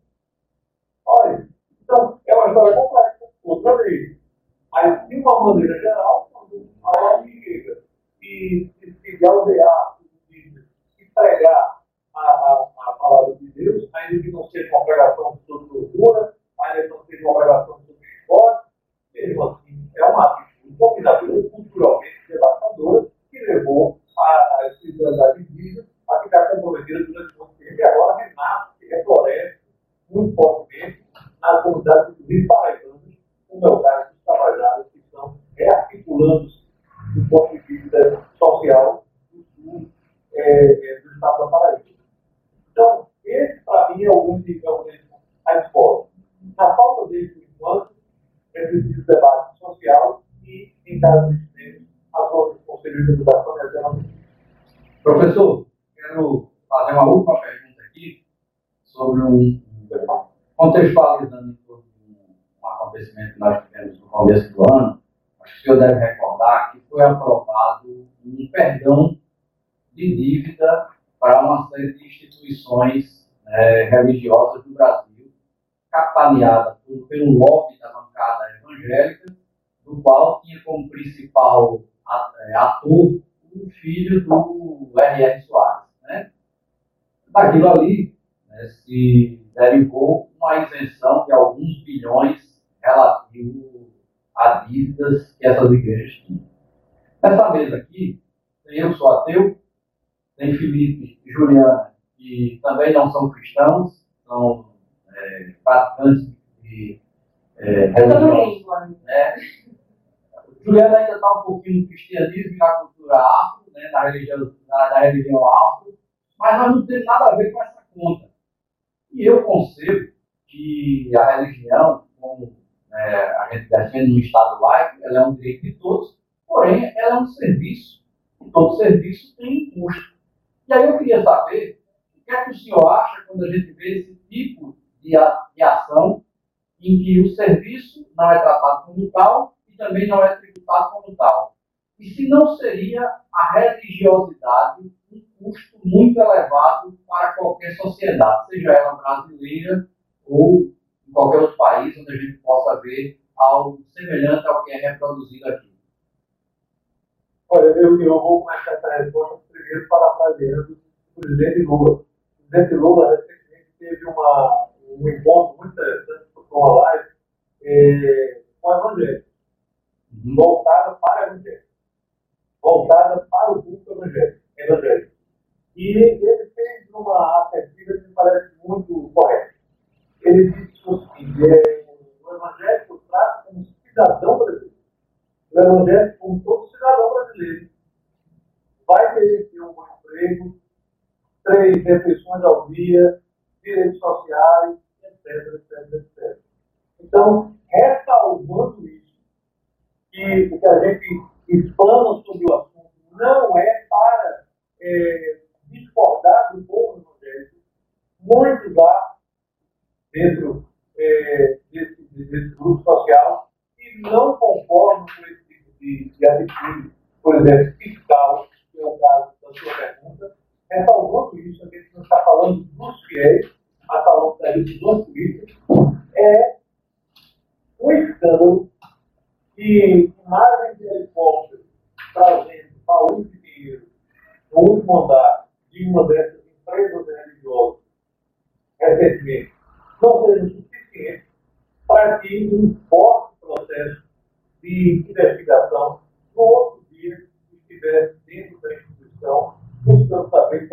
[SPEAKER 4] Olha, então, é uma história complexa. Outra vez. Mas, de uma maneira geral, quando a ordem chega e se aldear, se pregar a palavra de Deus, ainda que não seja uma pregação sobre tortura, ainda que não seja uma pregação sobre esporte, mesmo assim, é uma atitude dominadora, culturalmente devastadora, que levou a espiritualidade indígena a ficar comprometida durante muito tempo e agora renasce, refloresce muito fortemente nas comunidades do paraibanas, como é o caso dos trabalhados que estão rearticulando-se do ponto de vista social do sul do estado da Paraíba. Então, esse, para mim, é o grande a escola. Na falta dele, por enquanto, é preciso debate social e, em caso de extremo, ações do Conselho de Educação e Educação.
[SPEAKER 1] Professor, quero fazer uma última pergunta aqui sobre contextualizando em torno de um acontecimento que nós tivemos no começo do ano. Acho que o senhor deve recordar que foi aprovado um perdão de dívida para uma série de instituições religiosas do Brasil, capitaneada pelo lobby da bancada evangélica, do qual tinha como principal ator o filho do R.R. Soares. Né? Daquilo ali, se derivou uma isenção de alguns bilhões relativo a dívidas que essas igrejas tinham. Nessa mesa aqui, tem eu que sou ateu, tem Felipe e Juliana, que também não são cristãos, são praticantes de religião. Juliana ainda está um pouquinho no cristianismo e na cultura afro, na religião afro, mas nós não temos nada a ver com essa conta. E eu concebo que a religião, como a gente defende no Estado laico, ela é um direito de todos, porém ela é um serviço, e todo serviço tem um custo. E aí eu queria saber o que é que o senhor acha quando a gente vê esse tipo de ação em que o serviço não é tratado como tal e também não é tributado como tal. E se não seria a religiosidade um custo muito elevado para qualquer sociedade, seja ela brasileira ou em qualquer outro país onde a gente possa ver algo semelhante ao que é reproduzido aqui?
[SPEAKER 4] Olha, eu vou começar essa resposta primeiro parafraseando o presidente Lula. O presidente Lula recentemente teve um encontro muito interessante com uma live com a evangélica, voltada para a evangélica, voltada para o público evangélico. E ele fez uma assertiva que me parece muito correta. Ele disse o seguinte: o evangélico trata como cidadão brasileiro. O evangélico, como todo cidadão brasileiro, vai merecer um bom emprego, 3 refeições ao dia, direitos sociais, etc. Então, ressalvando isso, que o que a gente explana sobre o assunto não é para discordar do povo evangélico. Muitos lá, dentro desse grupo social, atitude, por exemplo, fiscal, que é o caso da sua pergunta, ressalvando isso, a gente não está falando dos fiéis, mas falando da decisão política, é um escândalo que imagens de helicóptero trazendo saúde e dinheiro no último andar de uma dessas empresas religiosas recentemente não sejam suficientes para que um forte processo de investigação no outro dia estivesse dentro da instituição, buscando saber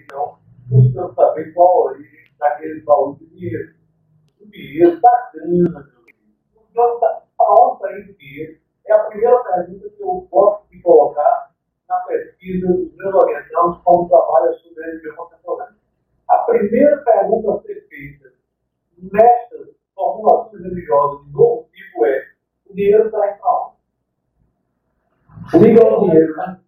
[SPEAKER 4] qual a origem daquele valor de dinheiro. O dinheiro da grana, para onde está indo o dinheiro? É a primeira pergunta que eu gosto de colocar na pesquisa dos meus orientados quando trabalho sobre religião contemporânea. A primeira pergunta a ser feita nestas formulações religiosas de novo tipo é: o dinheiro está indo para onde?
[SPEAKER 1] Siga o dinheiro, né?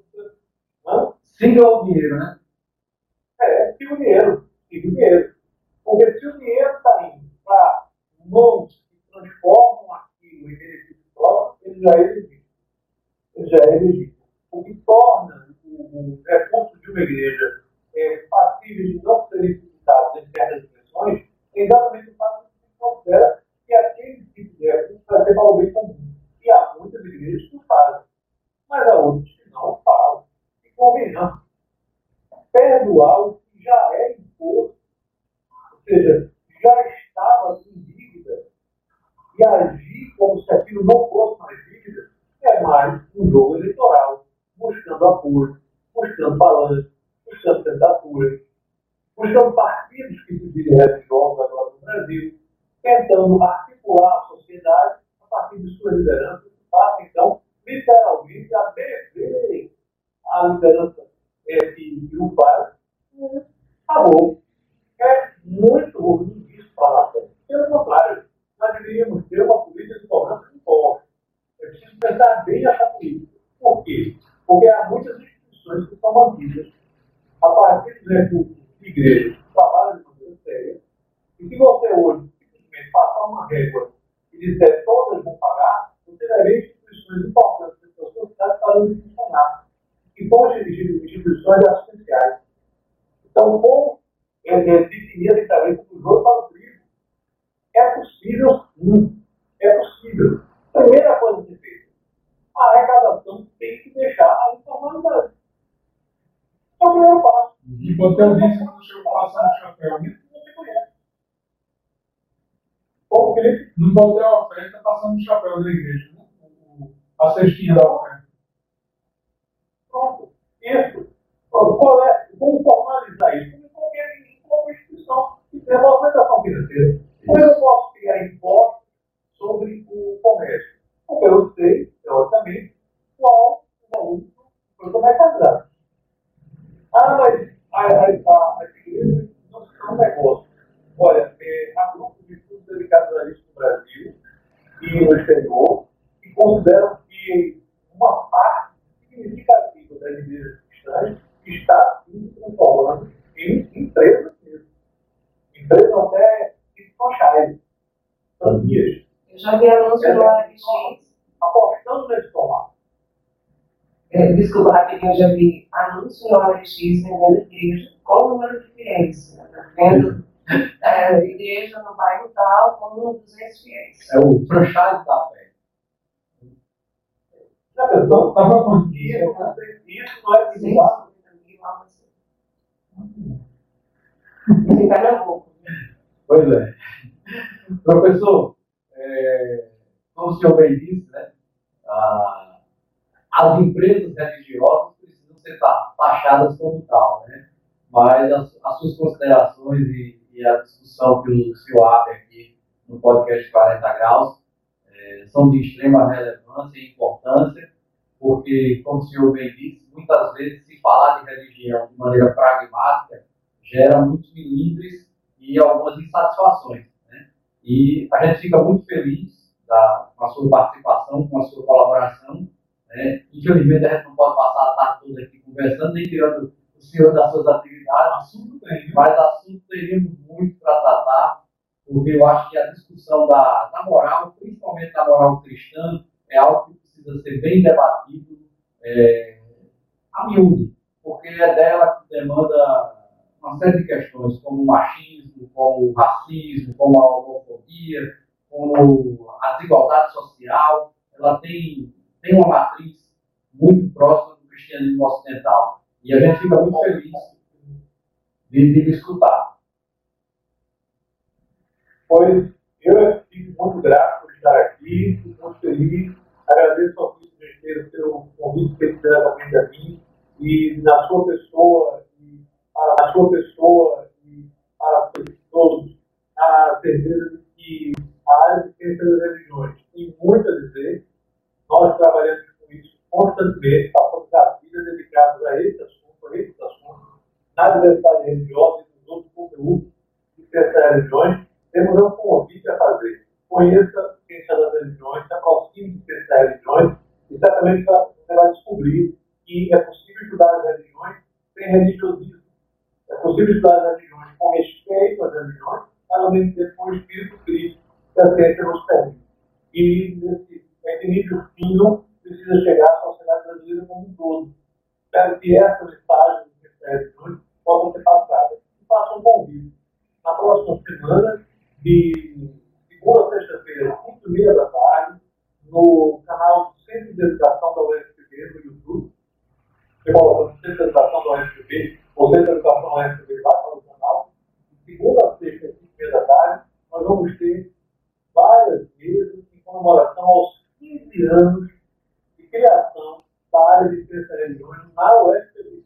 [SPEAKER 1] Siga o dinheiro, né?
[SPEAKER 4] Siga o dinheiro. Porque se o dinheiro está indo para mãos que transformam aquilo em benefício próprio, ele já é elegível. O que torna o recurso de uma igreja passível de não serem utilizados em certas dimensões é exatamente o fato de que se considera que aquele tipo de recurso vai ser para o bem comum. E há muitas igrejas que o fazem, mas há outras que não o fazem. E convenhamos, perdoar o que já é imposto, ou seja, já estava em dívida, e agir como se aquilo não fosse mais dívida, é mais um jogo eleitoral, buscando apoio, buscando balanço, buscando candidatura, buscando partidos que se dizem religiosos agora no Brasil, tentando articular a sociedade a partir de sua liderança, que passa, então, literalmente, a dever a liderança que o faz. Acabou. É muito ruim isso para a nação. Pelo contrário, nós deveríamos ter uma política de cobrança de impostos. É preciso pensar bem essa política. Por quê? Porque há muitas instituições que são mantidas a partir dos recursos de igrejas que trabalham de maneira séria. E se você hoje simplesmente passar uma régua e disser todas vão pagar, você vai ver instituições importantes da sociedade parando de funcionar. E são instituições assistenciais. Então, como definir a diferença do jogo para o trigo? É possível, sim. É possível. Primeira coisa a ser feita: a arrecadação tem que deixar a informalidade. É o primeiro passo.
[SPEAKER 3] E botar o dízimo no seu coração no chapéu, né?
[SPEAKER 4] Não se conhece. Como que ele
[SPEAKER 3] Não botar a oferta passando no chapéu da igreja, né? A cestinha da oferta.
[SPEAKER 4] Pronto. Isso. Qual é? Como formalizar isso? Em qualquer instituição que tenha movimentação financeira. Como eu posso criar impostos sobre o comércio? Porque eu sei, teoricamente, qual o valor que eu vai casar. Mas as igrejas não são um negócio. Olha, há grupos de estudos dedicados a isso no Brasil e no exterior que consideram que uma parte significativa das igrejas cristãs está se transformando em empresas mesmo. Empresas até franchise, franquias.
[SPEAKER 2] Eu já vi anúncio no OLX.
[SPEAKER 4] Apostando nesse formato.
[SPEAKER 2] Desculpa, rapidinho, eu já vi anúncio no OLX vendendo igreja com número de fiéis. Vendo igreja no bairro tal com 200 fiéis.
[SPEAKER 1] É o franchise da fé.
[SPEAKER 4] Já pensou?
[SPEAKER 3] Estava com
[SPEAKER 4] Isso não é privado.
[SPEAKER 2] Em Pernambuco.
[SPEAKER 1] Pois é. Professor, como o senhor bem disse, né, as empresas religiosas precisam ser taxadas como tal, né? Mas as suas considerações e a discussão que o senhor abre aqui no podcast 40 Graus são de extrema relevância e importância, porque, como o senhor bem disse, muitas vezes se falar de religião de maneira pragmática gera muitos milindres e algumas insatisfações, né? E a gente fica muito feliz com a sua participação, com a sua colaboração, né? Infelizmente a gente não pode passar a tarde toda aqui conversando, nem tirando o senhor das suas atividades, mas assunto teríamos muito para tratar, porque eu acho que a discussão da moral, principalmente da moral cristã, é algo que precisa ser bem debatido a miúde, porque é dela que demanda uma série de questões, como o machismo, como o racismo, como a homofobia, como a desigualdade social. Ela tem uma matriz muito próxima do cristianismo ocidental. E a gente fica muito feliz de escutar.
[SPEAKER 4] Pois eu fico muito grato por estar aqui, fico muito feliz, agradeço ao Cristo Genesteiro pelo convite que ele fez diretamente a mim, e na sua pessoa, e para todos, a certeza de que a área de ciência das religiões tem muito a dizer. Nós trabalhamos com isso constantemente, passamos a vida dedicados a esses assuntos, na diversidade religiosa e nos outros conteúdos de ciência das religiões. Temos um convite a fazer. Conheça a ciência das religiões, se aproxime de ciência das religiões, e certamente você vai descobrir que é possível estudar as religiões sem religiosismo. É possível estudar as religiões com respeito às religiões, mas ao mesmo tempo com o espírito crítico que a ciência nos permite. E nesse equilíbrio fino precisa chegar à sociedade brasileira como um todo. Espero que essa mensagem de ciência das religiões possa ser passada. E faço um convite. Na próxima semana, de segunda a sexta-feira, 5h30 da tarde, no canal do Centro de Educação da UFPB, no YouTube. Você coloca no Centro de Educação da UFPB, ou Centro de Educação da UFPB, vai para o canal. De segunda a sexta, 5h30 da tarde, nós vamos ter várias mesas em comemoração aos 15 anos de criação da área de ciência das religiões na UFPB.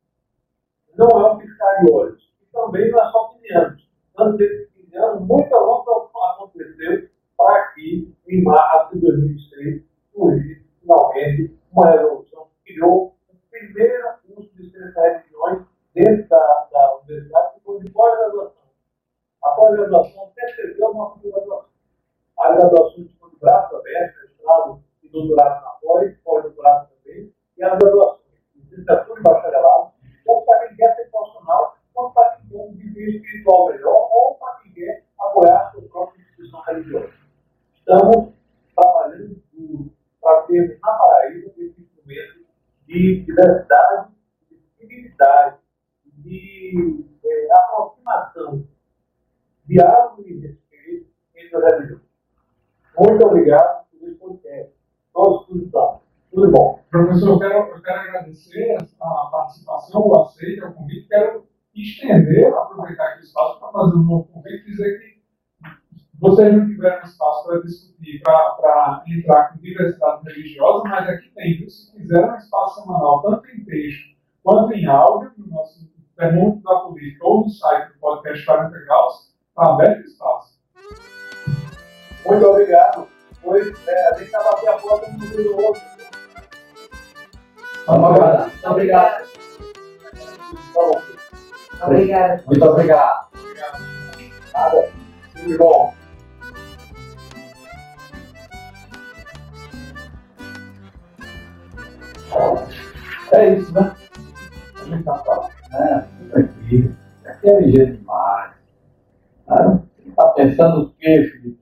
[SPEAKER 4] Não é um piscar de olhos. E também não é só 15 anos. Antes desses 15 anos, muita luta aconteceu para que, em março de 2006, surgisse finalmente uma resolução que criou o primeiro curso de ciência das religiões dentro da universidade, que foi de pós-graduação. A pós-graduação antecedeu a nossa graduação. A graduação foi de braço aberto, mestrado e doutorado na pós-doutorado também, e as graduações de licenciatura e bacharelado, tanto para quem quer ser profissional, quanto para quem quer um viver espiritual melhor, ou para quem quer apoiar a sua própria instituição religiosa. Estamos trabalhando duro para termos na Paraíba esse instrumento de diversidade, de civilidade, de aproximação, diálogo e respeito entre as religiões. Muito obrigado por esse podcast. Todos tudo bom.
[SPEAKER 3] Professor, eu quero agradecer a participação, o aceite ao convite. Quero estender, aproveitar aqui o espaço para fazer um novo convite e dizer que vocês não tiveram espaço para discutir, para entrar com diversidade religiosa, mas aqui tem, viu? Se quiser um espaço semanal, tanto em texto quanto em áudio, no nosso Termômetro da Política ou no site do podcast 40 Graus, está aberto o espaço.
[SPEAKER 4] Muito obrigado. Pois a gente está batendo a porta um do outro.
[SPEAKER 1] Muito obrigado.
[SPEAKER 2] Obrigada.
[SPEAKER 1] Muito obrigado.
[SPEAKER 4] Nada. Tudo bom.
[SPEAKER 1] É isso, né? A gente está falando, né? Tranquilo. Aqui é ligeiro demais. Está pensando o quê, Felipe?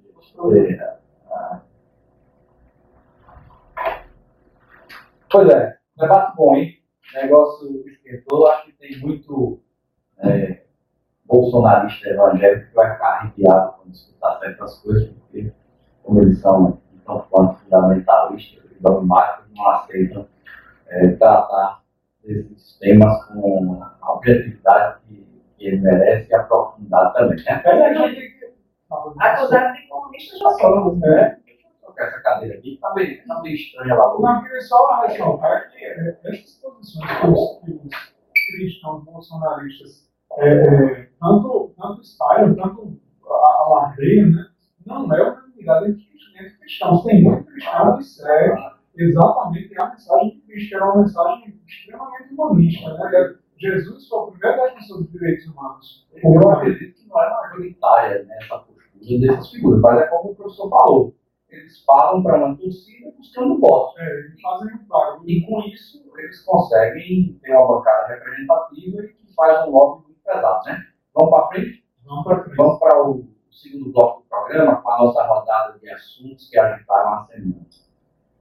[SPEAKER 1] Pois é, debate bom, hein? O negócio esquentou. Acho que tem muito bolsonarista evangélico que vai ficar arrepiado quando escutar certas coisas, porque, como eles são tão quanto fundamentalistas e dogmáticos, não aceitam tratar desses temas com a objetividade que ele merece e a profundidade também.
[SPEAKER 2] Acusado de comunista já somos,
[SPEAKER 1] né? Essa cadeira aqui está meio estranha lá.
[SPEAKER 3] Não, queria só ressaltar que essas posições que os cristãos bolsonaristas tanto espalham, tanto alargeiam, né? Não é unanimidade entre cristãos. Tem muito cristão que segue exatamente a mensagem de Cristo, que era uma mensagem extremamente humanista, né? Jesus foi o primeiro defensor dos direitos humanos.
[SPEAKER 1] Eu acredito que não é majoritária nessa postura dessas figuras, mas é como o professor falou. Eles falam para uma torcida buscando votos.
[SPEAKER 3] Eles fazem muito barulho.
[SPEAKER 1] E com isso, eles conseguem ter uma bancada representativa e que faz um lobby muito pesado, né? Vamos para frente?
[SPEAKER 3] Vamos para frente.
[SPEAKER 1] Vamos para o segundo bloco do programa, com a nossa rodada de assuntos que agitaram a semana.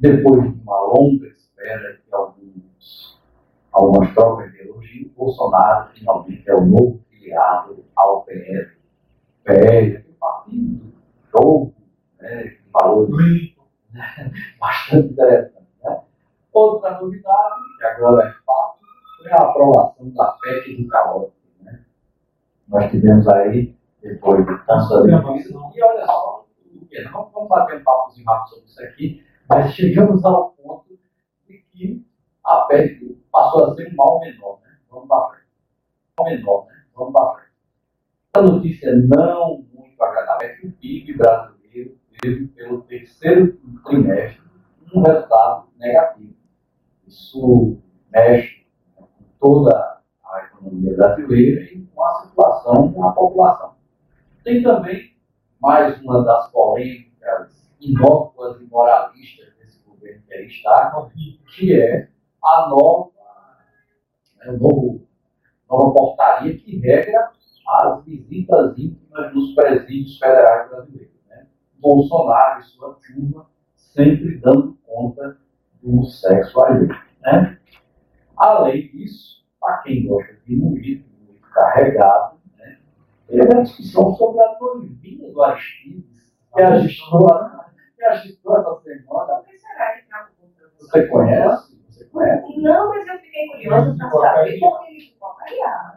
[SPEAKER 1] depois de uma longa espera de algumas trocas de elogio, Bolsonaro finalmente é o novo filiado ao PL. PL, que partido do jogo, né, de valores bastante interessantes. Né? Outra novidade, que agora é fato, foi a aprovação da PEC do calote. Né? Nós tivemos aí, depois de tantas eleições, e olha só, vamos bater um papozinho rápido sobre isso aqui, mas chegamos ao ponto de que a PEC passou a ser um mal menor. Né? Vamos para frente. Mal menor, né? Vamos para frente. A notícia não muito agradável é que o PIB brasileiro teve, pelo terceiro trimestre, um resultado negativo. Isso mexe, né, com toda a economia brasileira e com a situação da população. Tem também mais uma das polêmicas inócuas e moralistas desse governo que aí está, que é a nova portaria que regra as visitas íntimas dos presídios federais brasileiros. Né? Bolsonaro e sua turma sempre dando conta do sexo alheio. Né? Além disso, para quem gosta de moído carregado, né, teve a discussão sobre a noivinha do Aristides, que agitou essa semana.
[SPEAKER 2] O que será que está acontecendo?
[SPEAKER 1] Você conhece? Você conhece?
[SPEAKER 2] Não, mas eu fiquei curiosa para saber por que ele ficou avariado.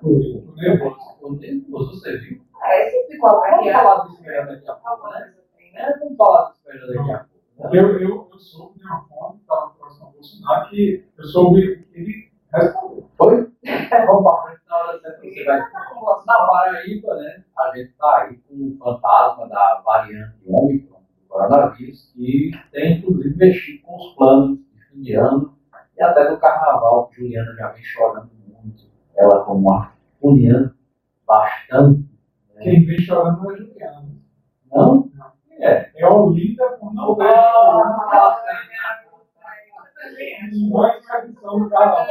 [SPEAKER 1] Você viu?
[SPEAKER 2] Esse ficou
[SPEAKER 1] Vamos
[SPEAKER 2] avariado.
[SPEAKER 1] falar disso melhor daqui a pouco, né? Vamos falar disso melhor daqui a pouco. Né?
[SPEAKER 3] Eu soube de uma fonte que estava próximo ao Bolsonaro que eu soube que ele respondeu.
[SPEAKER 1] Foi? Vamos para frente na hora certa. Você vai. Na Paraíba, né? A gente está aí com o fantasma da variante Ômicron do coronavírus, que tem inclusive mexido com os planos de fim de ano e até do carnaval, que Juliana já vem chorando muito. Ela como uma união bastante. Né?
[SPEAKER 3] Quem vem chorando não é Juliana.
[SPEAKER 1] Não? É
[SPEAKER 3] Olinda por não ver. Mais tradição do carnaval.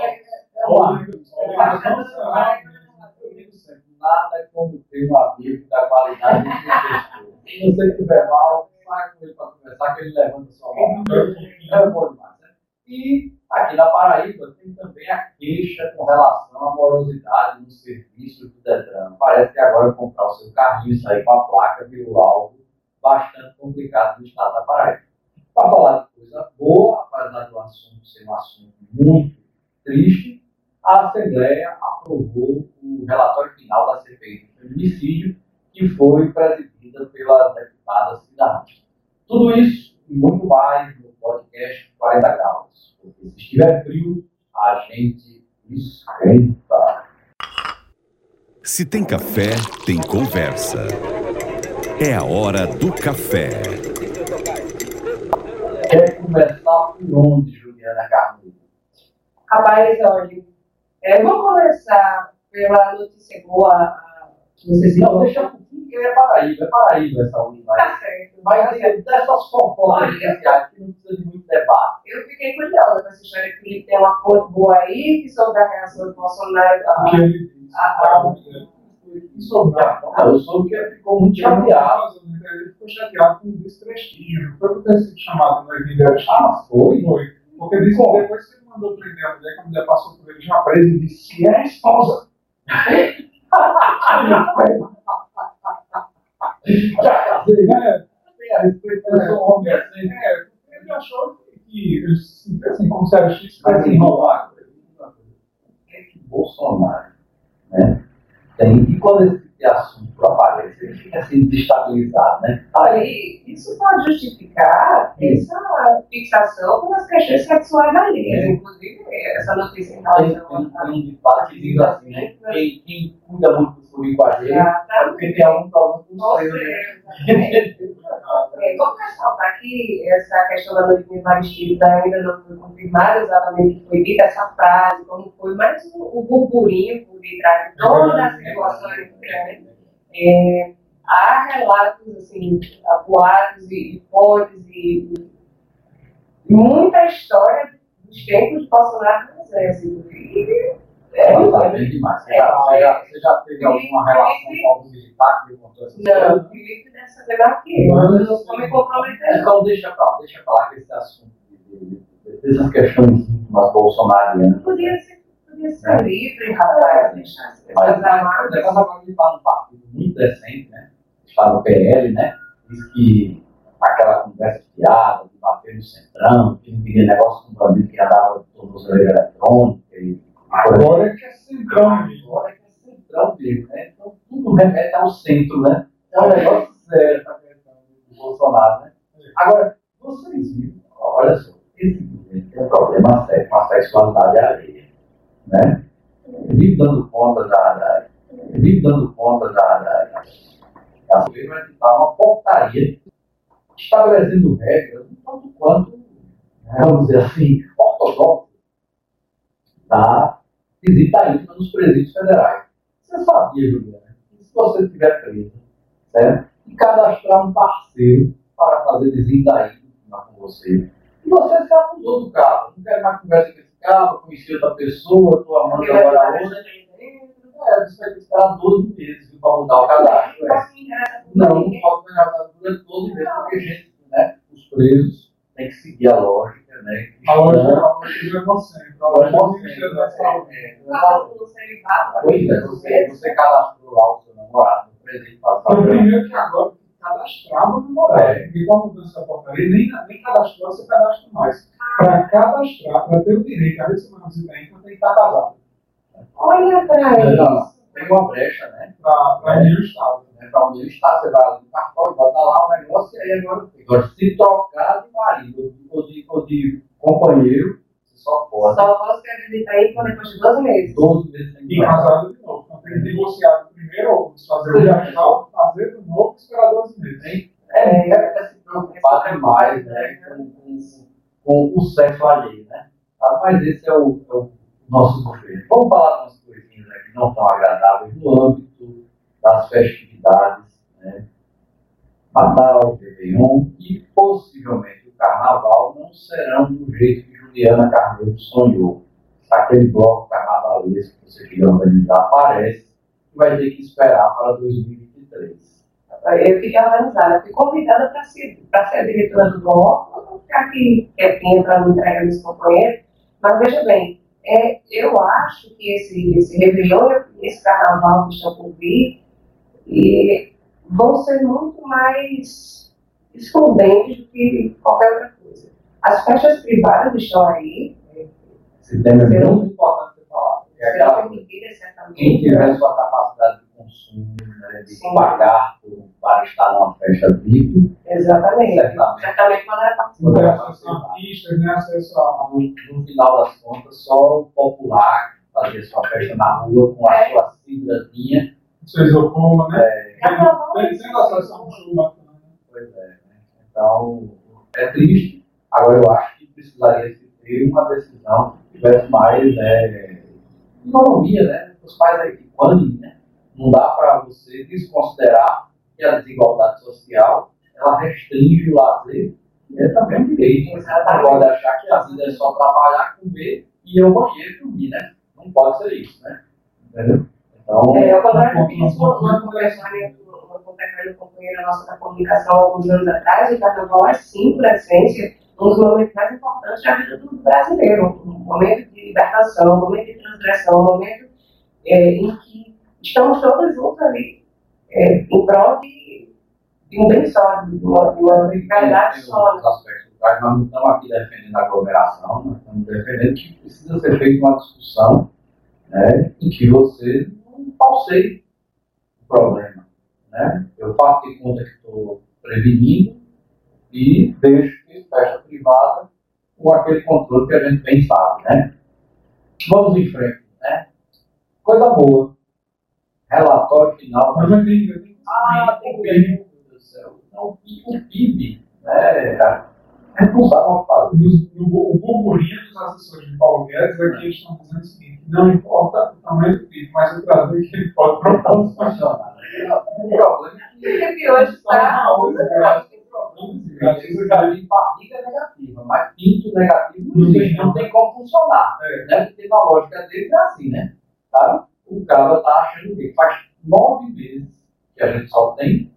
[SPEAKER 1] Nada como ter um amigo da qualidade do gestor. Se você estiver mal, sai com ele para conversar, que ele levanta sua mão. É bom demais. Né? E aqui na Paraíba tem também a queixa com relação à morosidade no serviço do Detran. Parece que agora comprar o seu carrinho e sair com a placa virou algo bastante complicado no estado da Paraíba. Para falar de coisa boa, apesar do assunto ser um assunto muito triste, a Assembleia aprovou o relatório final da CPI do feminicídio, que foi presidida pela deputada Cida Ramos. Tudo isso e muito mais no podcast 40 Graus. Porque se estiver frio, a gente esquenta.
[SPEAKER 5] Se tem café, tem conversa. É a hora do café.
[SPEAKER 1] Quer começar por onde, Juliana Carneiro?
[SPEAKER 2] Rapaz, olha, vamos começar pela notícia boa que vocês
[SPEAKER 1] Não, deixa por fim, que é Paraíba essa última.
[SPEAKER 2] Tá certo.
[SPEAKER 1] Mas dessas fofocas iniciais que não precisa de muito debate.
[SPEAKER 2] Eu fiquei curiosa com essa história que ele tem uma fonte boa aí, que sobre a reação do Bolsonaro.
[SPEAKER 3] Que ele
[SPEAKER 1] Eu soube que ele ficou muito chateado.
[SPEAKER 3] Ele ficou chateado com o desprestígio. Não foi por ter sido chamado no evento.
[SPEAKER 1] Foi?
[SPEAKER 3] Foi. Porque disse que depois que ele mandou prender a mulher, que a mulher passou por ele já presa e disse que é a esposa.
[SPEAKER 1] Já casei, né? Tem a respeito desse homem assim.
[SPEAKER 3] Ele achou que, assim, como se era X, parece enrolar.
[SPEAKER 1] Que Bolsonaro, né? E quando esse assunto aparece, ele fica assim desestabilizado, né?
[SPEAKER 2] Aí, isso pode justificar essa fixação pelas questões sexuais alheias, inclusive essa notícia em relação
[SPEAKER 1] Tem um ditado que diz assim, né? Quem cuida muito do furico alheio é porque tem algum problema com o seio.
[SPEAKER 2] Vamos ressaltar que essa questão da noivinha do Aristides ainda não foi confirmada exatamente o que foi dita, essa frase, como foi, mas o burburinho por detrás de toda a situação é muito grande. Há relatos, assim, boatos e fontes e muita história dos tempos de Bolsonaro no Exército.
[SPEAKER 1] Bem demais. Você já teve alguma relação com algum militar que lhe contou essa história?
[SPEAKER 2] Não, o Felipe dessa vez aqui. Eu não vou me comprometer.
[SPEAKER 1] Então deixa pra lá que esse assunto de essas questões íntimas bolsonarianas.
[SPEAKER 2] Podia ser livre, rapaz, deixar as
[SPEAKER 1] Mas
[SPEAKER 2] pessoas amadas.
[SPEAKER 1] ele está num partido muito decente, né? Está no PL, né? Diz que aquela conversa fiada, de bater no centrão, que não queria negócio com o bandido que andava de tornozeleira eletrônica.
[SPEAKER 3] Agora é que é centrão,
[SPEAKER 1] Agora é que é centrão mesmo, né? Então tudo remete ao centro, né? É um negócio sério essa questão do Bolsonaro, né? Agora, vocês viram, olha só, esse governo tem um problema sério com a sexualidade alheia, né? Vive dando conta da vai editar uma portaria estabelecendo regras, um tanto quanto, vamos dizer assim, ortodoxas da visita íntima nos presídios federais. Você sabia, Juliana, que se você estiver preso, certo? E cadastrar um parceiro para fazer visita íntima com você, e você se acusou do cara, não quero mais conversa com esse cara, conheci outra pessoa, estou amando agora a outra. Você vai ter que esperar 12 meses para mudar o cadastro. Não pode pegar durante 12 meses, porque gente, né, os presos têm que seguir a lógica, né?
[SPEAKER 3] A lógica é concentra. A lógica do Ministério da Saúde.
[SPEAKER 1] Pois é, você cadastrou lá o seu namorado no presídio passado.
[SPEAKER 3] O primeiro que agora cadastrava no namorado. Porque com a mudança da portaria, nem cadastrou, você cadastra mais. Para cadastrar, para ter o direito a receber uma visita íntima, tem que estar casado.
[SPEAKER 2] Olha para isso.
[SPEAKER 1] Tem uma brecha, né?
[SPEAKER 3] Para unir o Estado.
[SPEAKER 1] Para unir o Estado, você vai no cartório, bota lá o negócio e aí agora se trocar de marido ou de companheiro, você só pode.
[SPEAKER 2] Só posso ter visita íntima depois de 12 meses.
[SPEAKER 1] 12 meses sem
[SPEAKER 3] E casado de novo. Então tem que divorciar primeiro, ou fazer o diagnóstico, fazer de novo e esperar 12 meses.
[SPEAKER 1] É se preocupar demais, né? Com o sexo alheio, né? Mas esse é o nosso governo. Vamos falar de umas coisinhas, né, que não estão agradáveis no âmbito das festividades, né? Natal, Réveillon e possivelmente o Carnaval não serão do jeito que Juliana Carneiro sonhou. Aquele bloco carnavalesco que você queria organizar parece que vai ter que esperar para 2023.
[SPEAKER 2] Eu queria organizar, eu fui convidada para ser a diretora do bloco, não vou ficar aqui quietinha para não entregar meus companheiros, mas veja bem, eu acho que esse Réveillon e esse Carnaval que estão por vir vão ser muito mais excludentes do que qualquer outra coisa. As festas privadas estão aí.
[SPEAKER 1] Esse tema é muito importante você falar.
[SPEAKER 2] Serão permitidas, certamente.
[SPEAKER 1] Quem tiver sua capacidade de consumo, né, de pagar para estar numa festa VIP,
[SPEAKER 2] exatamente. Certamente poderá participar.
[SPEAKER 3] Acesso a artistas, né? Acesso a...
[SPEAKER 1] No final das contas, só o popular fazer sua festa na rua com a sua sidrazinha.
[SPEAKER 3] Seu isopor, né? Tem acesso a um show bacana.
[SPEAKER 1] Pois é, né? Então, é triste. Agora, eu acho que precisaria se ter uma decisão que tivesse mais economia, né? Os pais aí que panem, né? Não dá para você desconsiderar que a desigualdade social ela restringe o lazer e é também um direito. Você não pode achar que a vida é só trabalhar, comer e ir ao banheiro e dormir, né? Não pode ser isso, né? Entendeu? Então,
[SPEAKER 2] eu quando fiz uma companheira nossa da comunicação há alguns anos atrás, o Carnaval é sim, por essência, um dos momentos mais importantes da vida do brasileiro, um momento de libertação, um momento de transgressão, um momento em que estamos todos juntos ali, em prol de um bem só, de uma realidade só.
[SPEAKER 1] Nós não estamos aqui defendendo a aglomeração, nós estamos defendendo que precisa ser feita uma discussão, né, em que você não falseie o problema. Né? Eu faço de conta que estou prevenindo e deixo que festa privada com aquele controle que a gente bem sabe. Né? Vamos em frente. Né? Coisa boa. Relatório final.
[SPEAKER 3] Mas tem que
[SPEAKER 1] tem que ver, meu Deus do céu. Então, o PIB, né, responsável por fazer.
[SPEAKER 3] O burburinho dos assessores de Paulo Guedes é que eles estão dizendo o seguinte: não importa o tamanho do PIB, mas o Brasil que ele pode proporcionar.
[SPEAKER 1] O problema é que
[SPEAKER 2] hoje está.
[SPEAKER 1] Eu já vi barriga negativa, mas pinto negativo não tem como funcionar. Né? Porque na lógica dele é assim, né? Tá? O cara está achando que faz 9 meses que a gente só tem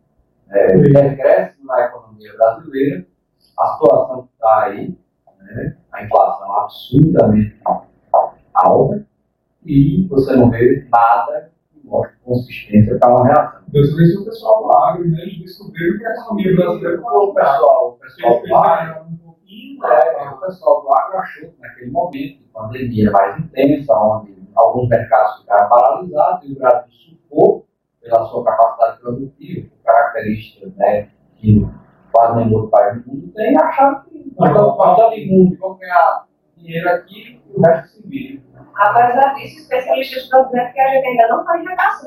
[SPEAKER 1] decréscimo na economia brasileira, a situação que está aí, né? A inflação absurdamente alta e você não vê nada que mostre consistência para uma reação.
[SPEAKER 3] Dessa vez o pessoal do agro, né, eles descobriram que a economia brasileira
[SPEAKER 1] O pessoal do agro,
[SPEAKER 3] um pouquinho,
[SPEAKER 1] o pessoal do agro achou que naquele momento de pandemia mais intensa, onde alguns mercados ficaram paralisados e o Brasil suportou pela sua capacidade produtiva, características, né, que quase nenhum outro país do mundo tem, acharam que nós estamos imundos, vamos ganhar dinheiro aqui e o resto se vira.
[SPEAKER 2] Apesar disso, especialistas estão dizendo que a gente ainda não está em redação.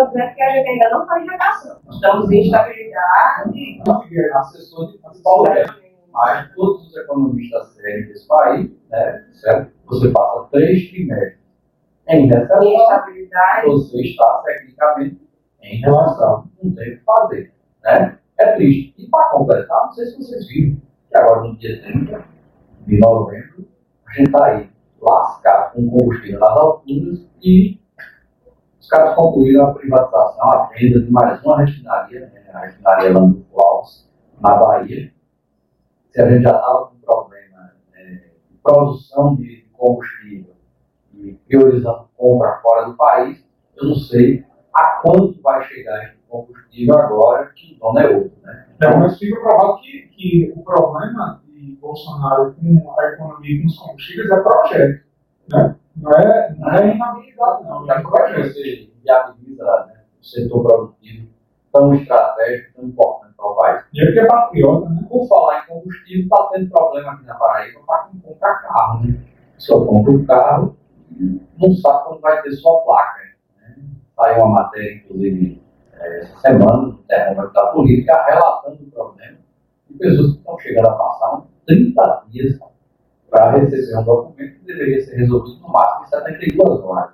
[SPEAKER 2] Estamos em estabilidade.
[SPEAKER 1] Assessor de Paulo, mas todos os economistas sérios desse país, né, certo? Você passa 3 trimestres em recessão,
[SPEAKER 2] Estabilidade.
[SPEAKER 1] você está tecnicamente em recessão, não tem o que fazer, né? É triste. E para completar, não sei se vocês viram, que agora no dia 30 de novembro, a gente está aí lascado com combustível nas alturas e os caras concluíram a privatização, a venda de mais uma refinaria, né, a refinaria Lando Flores, na Bahia. Se a gente já estava com problema de produção de combustível e priorizando compra fora do país, eu não sei a quanto vai chegar esse combustível agora que o dono é outro, né?
[SPEAKER 3] Então, mas fica provado que o problema de Bolsonaro com a economia e com os combustíveis é projeto, né? Não é inabilidade, não. É
[SPEAKER 1] Como é que
[SPEAKER 3] projeto.
[SPEAKER 1] você viabiliza, né, o setor produtivo tão estratégico, tão importante para o país?
[SPEAKER 3] E porque é patriota, né?
[SPEAKER 1] Por falar em combustível, está tendo problema aqui na Paraíba para quem compra carro, né? Só compra o carro e não sabe quando vai ter sua placa, né? Saiu uma matéria, inclusive, essa semana, no termômetro da política, relatando o problema de pessoas que estão chegando a passar uns 30 dias para receber um documento que deveria ser resolvido no máximo em 72 horas.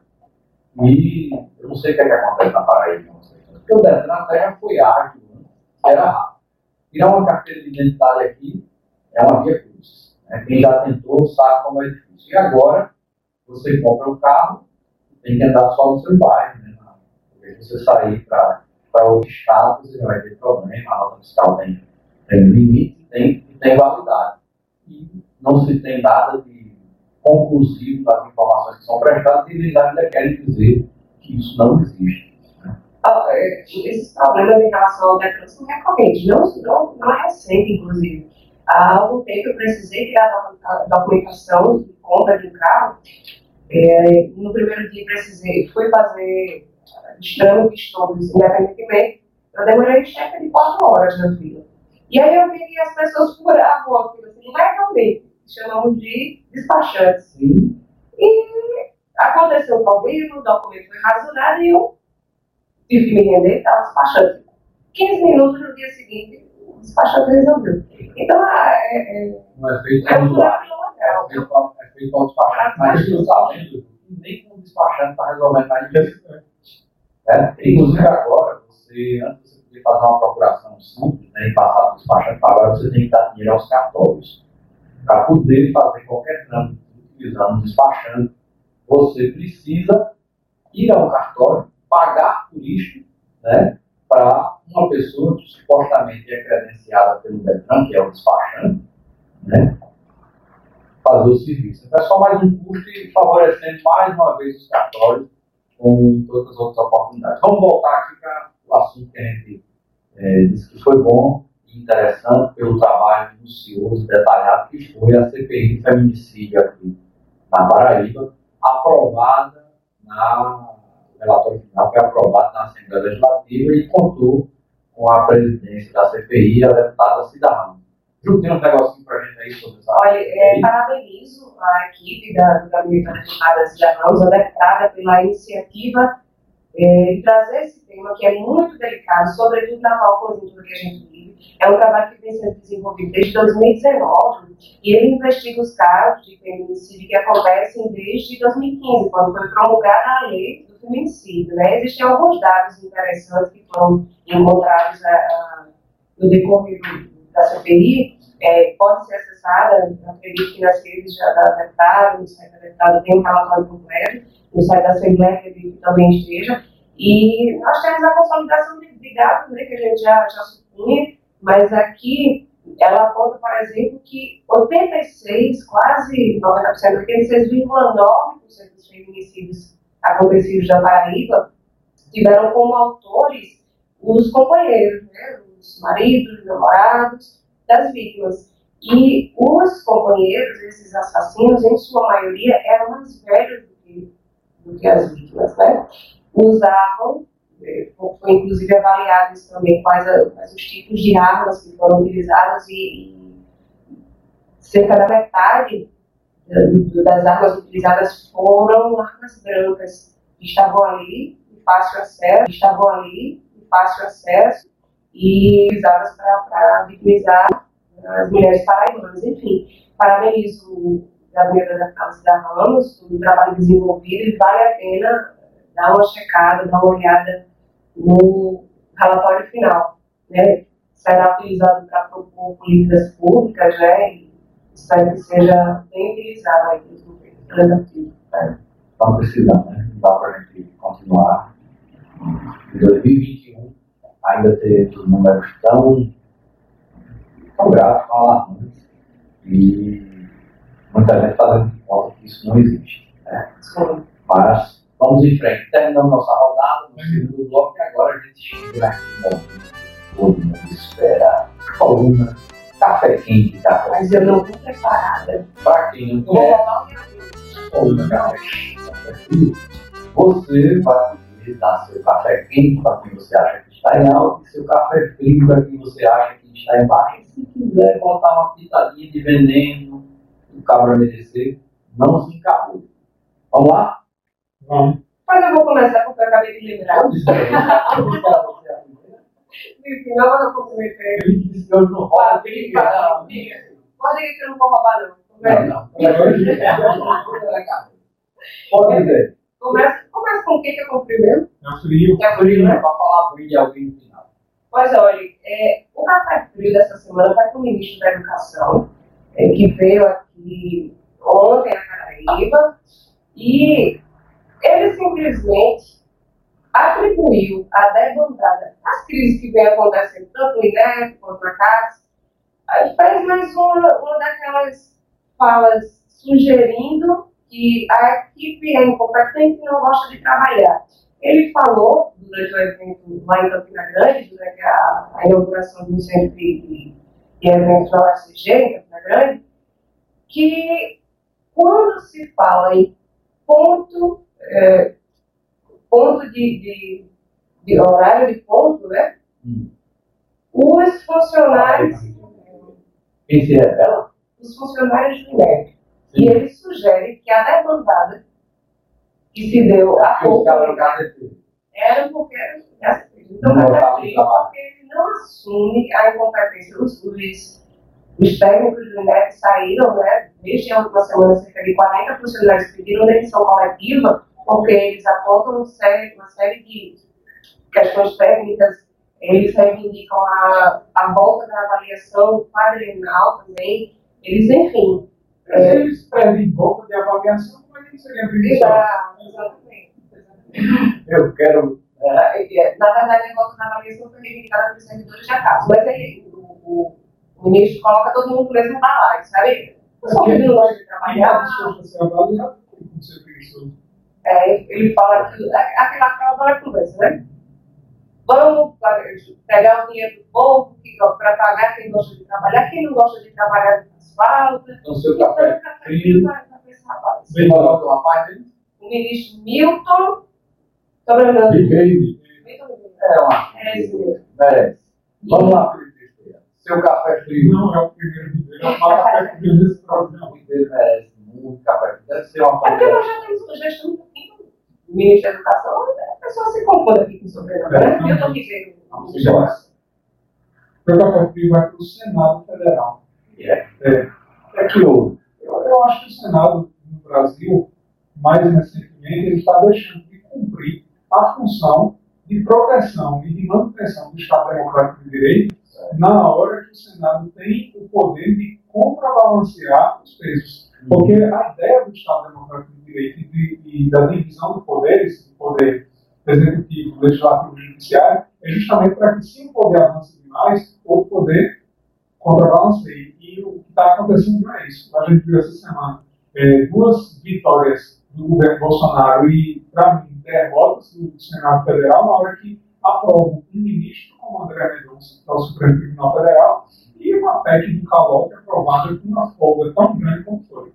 [SPEAKER 1] E eu não sei o que acontece na Paraíba, não sei. Porque o Detran até já foi ágil, né? Era rápido. Tirar uma carteira de identidade aqui é uma via cruz, né? Quem já tentou sabe como é difícil. E agora, você compra um carro, tem que andar só no seu bairro, né? Porque se você sair para outro estado, você já vai ter problema, a nota fiscal tem limite e tem validade. E não se tem nada de conclusivo das informações que são prestadas e eles ainda querem dizer que isso não existe.
[SPEAKER 2] Esses problemas em relação ao Detran são recorrentes, não é recente, inclusive. Há algum tempo eu precisei tirar a documentação de compra de um carro. No primeiro dia fui fazer os trâmites todos independentemente. Eu demorei cerca de 4 horas na fila. E aí eu vi que as pessoas furavam a fila assim, legalmente, chamamos de despachantes.
[SPEAKER 1] Sim.
[SPEAKER 2] E aconteceu o problema, o documento foi rasurado e eu tive que me render, estava despachante. 15 minutos no dia seguinte, o despachante resolveu. Então,
[SPEAKER 1] Não é feito
[SPEAKER 2] é
[SPEAKER 1] para
[SPEAKER 2] um
[SPEAKER 1] o usuário.
[SPEAKER 2] legal.
[SPEAKER 1] É feito para o despachante. Mas eu sabendo que nem com o despachante está resolvendo mais disso. Inclusive agora, antes você podia fazer uma procuração simples, né, e passar para o despachante, agora você tem que dar dinheiro aos cartórios. Para poder fazer qualquer trâmite utilizando o despachante, você precisa ir ao cartório, pagar por isso, né, para uma pessoa que supostamente é credenciada pelo Detran, que é o despachante, né, fazer o serviço. Então é só mais um custo e favorecendo mais uma vez os cartórios, como em todas as outras oportunidades. Vamos voltar aqui para o assunto que a gente disse que foi bom e interessante pelo trabalho minucioso e detalhado que foi a CPI de feminicídio aqui na Paraíba, aprovada o relatório final foi aprovado na Assembleia Legislativa e contou com a presidência da CPI, a deputada Cida Ramos. Ju, tem um negocinho para a gente aí sobre essa...
[SPEAKER 2] Olha, parabenizo a equipe da deputada Cida Ramos, a deputada, pela iniciativa de trazer esse tema que é muito delicado, sobretudo na atual conjuntura que a gente vive. É um trabalho que vem sendo desenvolvido desde 2019 e ele investiga os casos de feminicídio que acontecem desde 2015, quando foi promulgada a lei do feminicídio, né? Existem alguns dados interessantes que foram encontrados no decorrer da CPI, pode ser acessada, acredito que nas redes da deputada, no site da deputada tem um relatório completo, no site da Assembleia, acredito que também esteja, e nós temos a consolidação de dados, né, que a gente já supunha, mas aqui ela aponta, por exemplo, que 86, quase 90%, 86,9% dos feminicídios acontecidos na Paraíba tiveram como autores os companheiros, né, os maridos, os namorados das vítimas. E os companheiros, esses assassinos, em sua maioria, eram mais velhos do que as vítimas, né? Usavam, foi inclusive avaliado isso também, quais os tipos de armas que foram utilizadas, e cerca da metade das armas utilizadas foram armas brancas, que estavam ali de fácil acesso, e utilizadas para vitimizar as mulheres paraibanas. Enfim, parabenizo o Gabinete da Felicidade Ramos pelo trabalho desenvolvido, e vale a pena dar uma checada, dar uma olhada no relatório final, né? Será utilizado para propor políticas públicas, né? E espero que seja bem utilizado aí pelos governos legislativos.
[SPEAKER 1] Estamos precisando, né? Não dá para a gente continuar. Em 2021, ainda ter os números tão graves, tão alarmantes, e muita gente fazendo de conta que isso não existe, né?
[SPEAKER 2] Sim.
[SPEAKER 1] Mas vamos em frente. Terminamos nossa rodada no segundo bloco, e agora a gente chega naquele momento todo mundo espera. Coluna Café Quente, café.
[SPEAKER 2] Mas eu não estou preparada.
[SPEAKER 1] Para quem não
[SPEAKER 2] Vou
[SPEAKER 1] quer,
[SPEAKER 2] roubar o meu amigo.
[SPEAKER 1] coluna Café Frio, você vai poder dar seu café quente para quem você acha que está em alta, e seu café frio para quem você acha que está em baixo. E se quiser botar uma pitadinha de veneno, o cabra merecer, não se encabule. Vamos lá?
[SPEAKER 3] Vamos.
[SPEAKER 2] Mas eu vou começar porque eu acabei de lembrar.
[SPEAKER 1] Vamos esperar você a primeira.
[SPEAKER 2] Enfim, não vou comprometer.
[SPEAKER 1] Ele disse que eu não roubo.
[SPEAKER 2] Pode dizer que eu não vou roubar, não.
[SPEAKER 1] Não. Pode dizer.
[SPEAKER 2] Começa com o que eu comprei mesmo?
[SPEAKER 3] É frio.
[SPEAKER 2] Que é frio, né?
[SPEAKER 1] Para falar bem de alguém no final.
[SPEAKER 2] Pois olha, o café frio dessa semana vai com o ministro da Educação, que veio aqui ontem na Paraíba, e ele simplesmente atribuiu a debandada as crises que vem acontecendo tanto no INEP quanto na CAPES. Aí fez mais uma daquelas falas sugerindo que a equipe é incompetente e não gosta de trabalhar. Ele falou, durante o evento lá em Campina Grande, durante a inauguração do centro de eventos da UFCG, em Campina Grande, que quando se fala em ponto de horário de ponto, né? Os funcionários...
[SPEAKER 1] Quem se revela?
[SPEAKER 2] Os funcionários do INEP. E ele sugere que a demandada que se deu a pouco era porque então, porque ele não assume a incompetência. Os técnicos do INEP saíram, né? Desde a última semana, cerca de 40 funcionários pediram demissão coletiva, porque eles apontam uma série de questões técnicas. Eles reivindicam a volta da avaliação quadrienal também. Eles, enfim.
[SPEAKER 3] Se eles pedem volta de avaliação, como é que seria a
[SPEAKER 2] Exatamente.
[SPEAKER 1] Eu quero.
[SPEAKER 2] Na verdade, a volta da avaliação foi reivindicada pelos servidores de acaso. Mas aí, o ministro coloca todo mundo no mesmo balaio, sabe? Só que não gosta de trabalhar. Ele fala que aquela prova é conversa, né? Vamos pegar o dinheiro do povo para pagar quem gosta de trabalhar, quem não gosta de trabalhar faz falta.
[SPEAKER 1] Então, seu café frio. Você falou do rapaz dele?
[SPEAKER 2] O ministro Milton. Estou lembrando.
[SPEAKER 1] Esse mesmo. Merece. Vamos lá, Felipe. Seu café frio.
[SPEAKER 3] Não é o primeiro vídeo, é o café frio desse programa.
[SPEAKER 1] Ele merece muito café frio. Deve ser uma
[SPEAKER 2] É porque nós já temos sugestão do ministro da Educação, a pessoa se confunde aqui com o sobrenome, né? Eu estou dizendo.
[SPEAKER 3] O café frio vai para o Senado Federal.
[SPEAKER 1] É que houve.
[SPEAKER 3] Eu acho que o Senado no Brasil, mais recentemente, ele está deixando de cumprir a função de proteção e de manutenção do Estado Democrático de Direito na hora que o Senado tem o poder de contrabalancear os pesos. Porque a ideia do Estado Democrático de Direito e da divisão de poderes, do poder executivo, legislativo e judiciário, é justamente para que, se o poder avança demais, outro poder contrabalancei. E o que está acontecendo não é isso. A gente viu essa semana 2 vitórias do governo Bolsonaro e, para mim, derrotas do Senado Federal na hora que aprovam um ministro como André Mendonça para o Supremo Tribunal Federal e uma PEC do calote aprovada com uma folga tão grande como foi.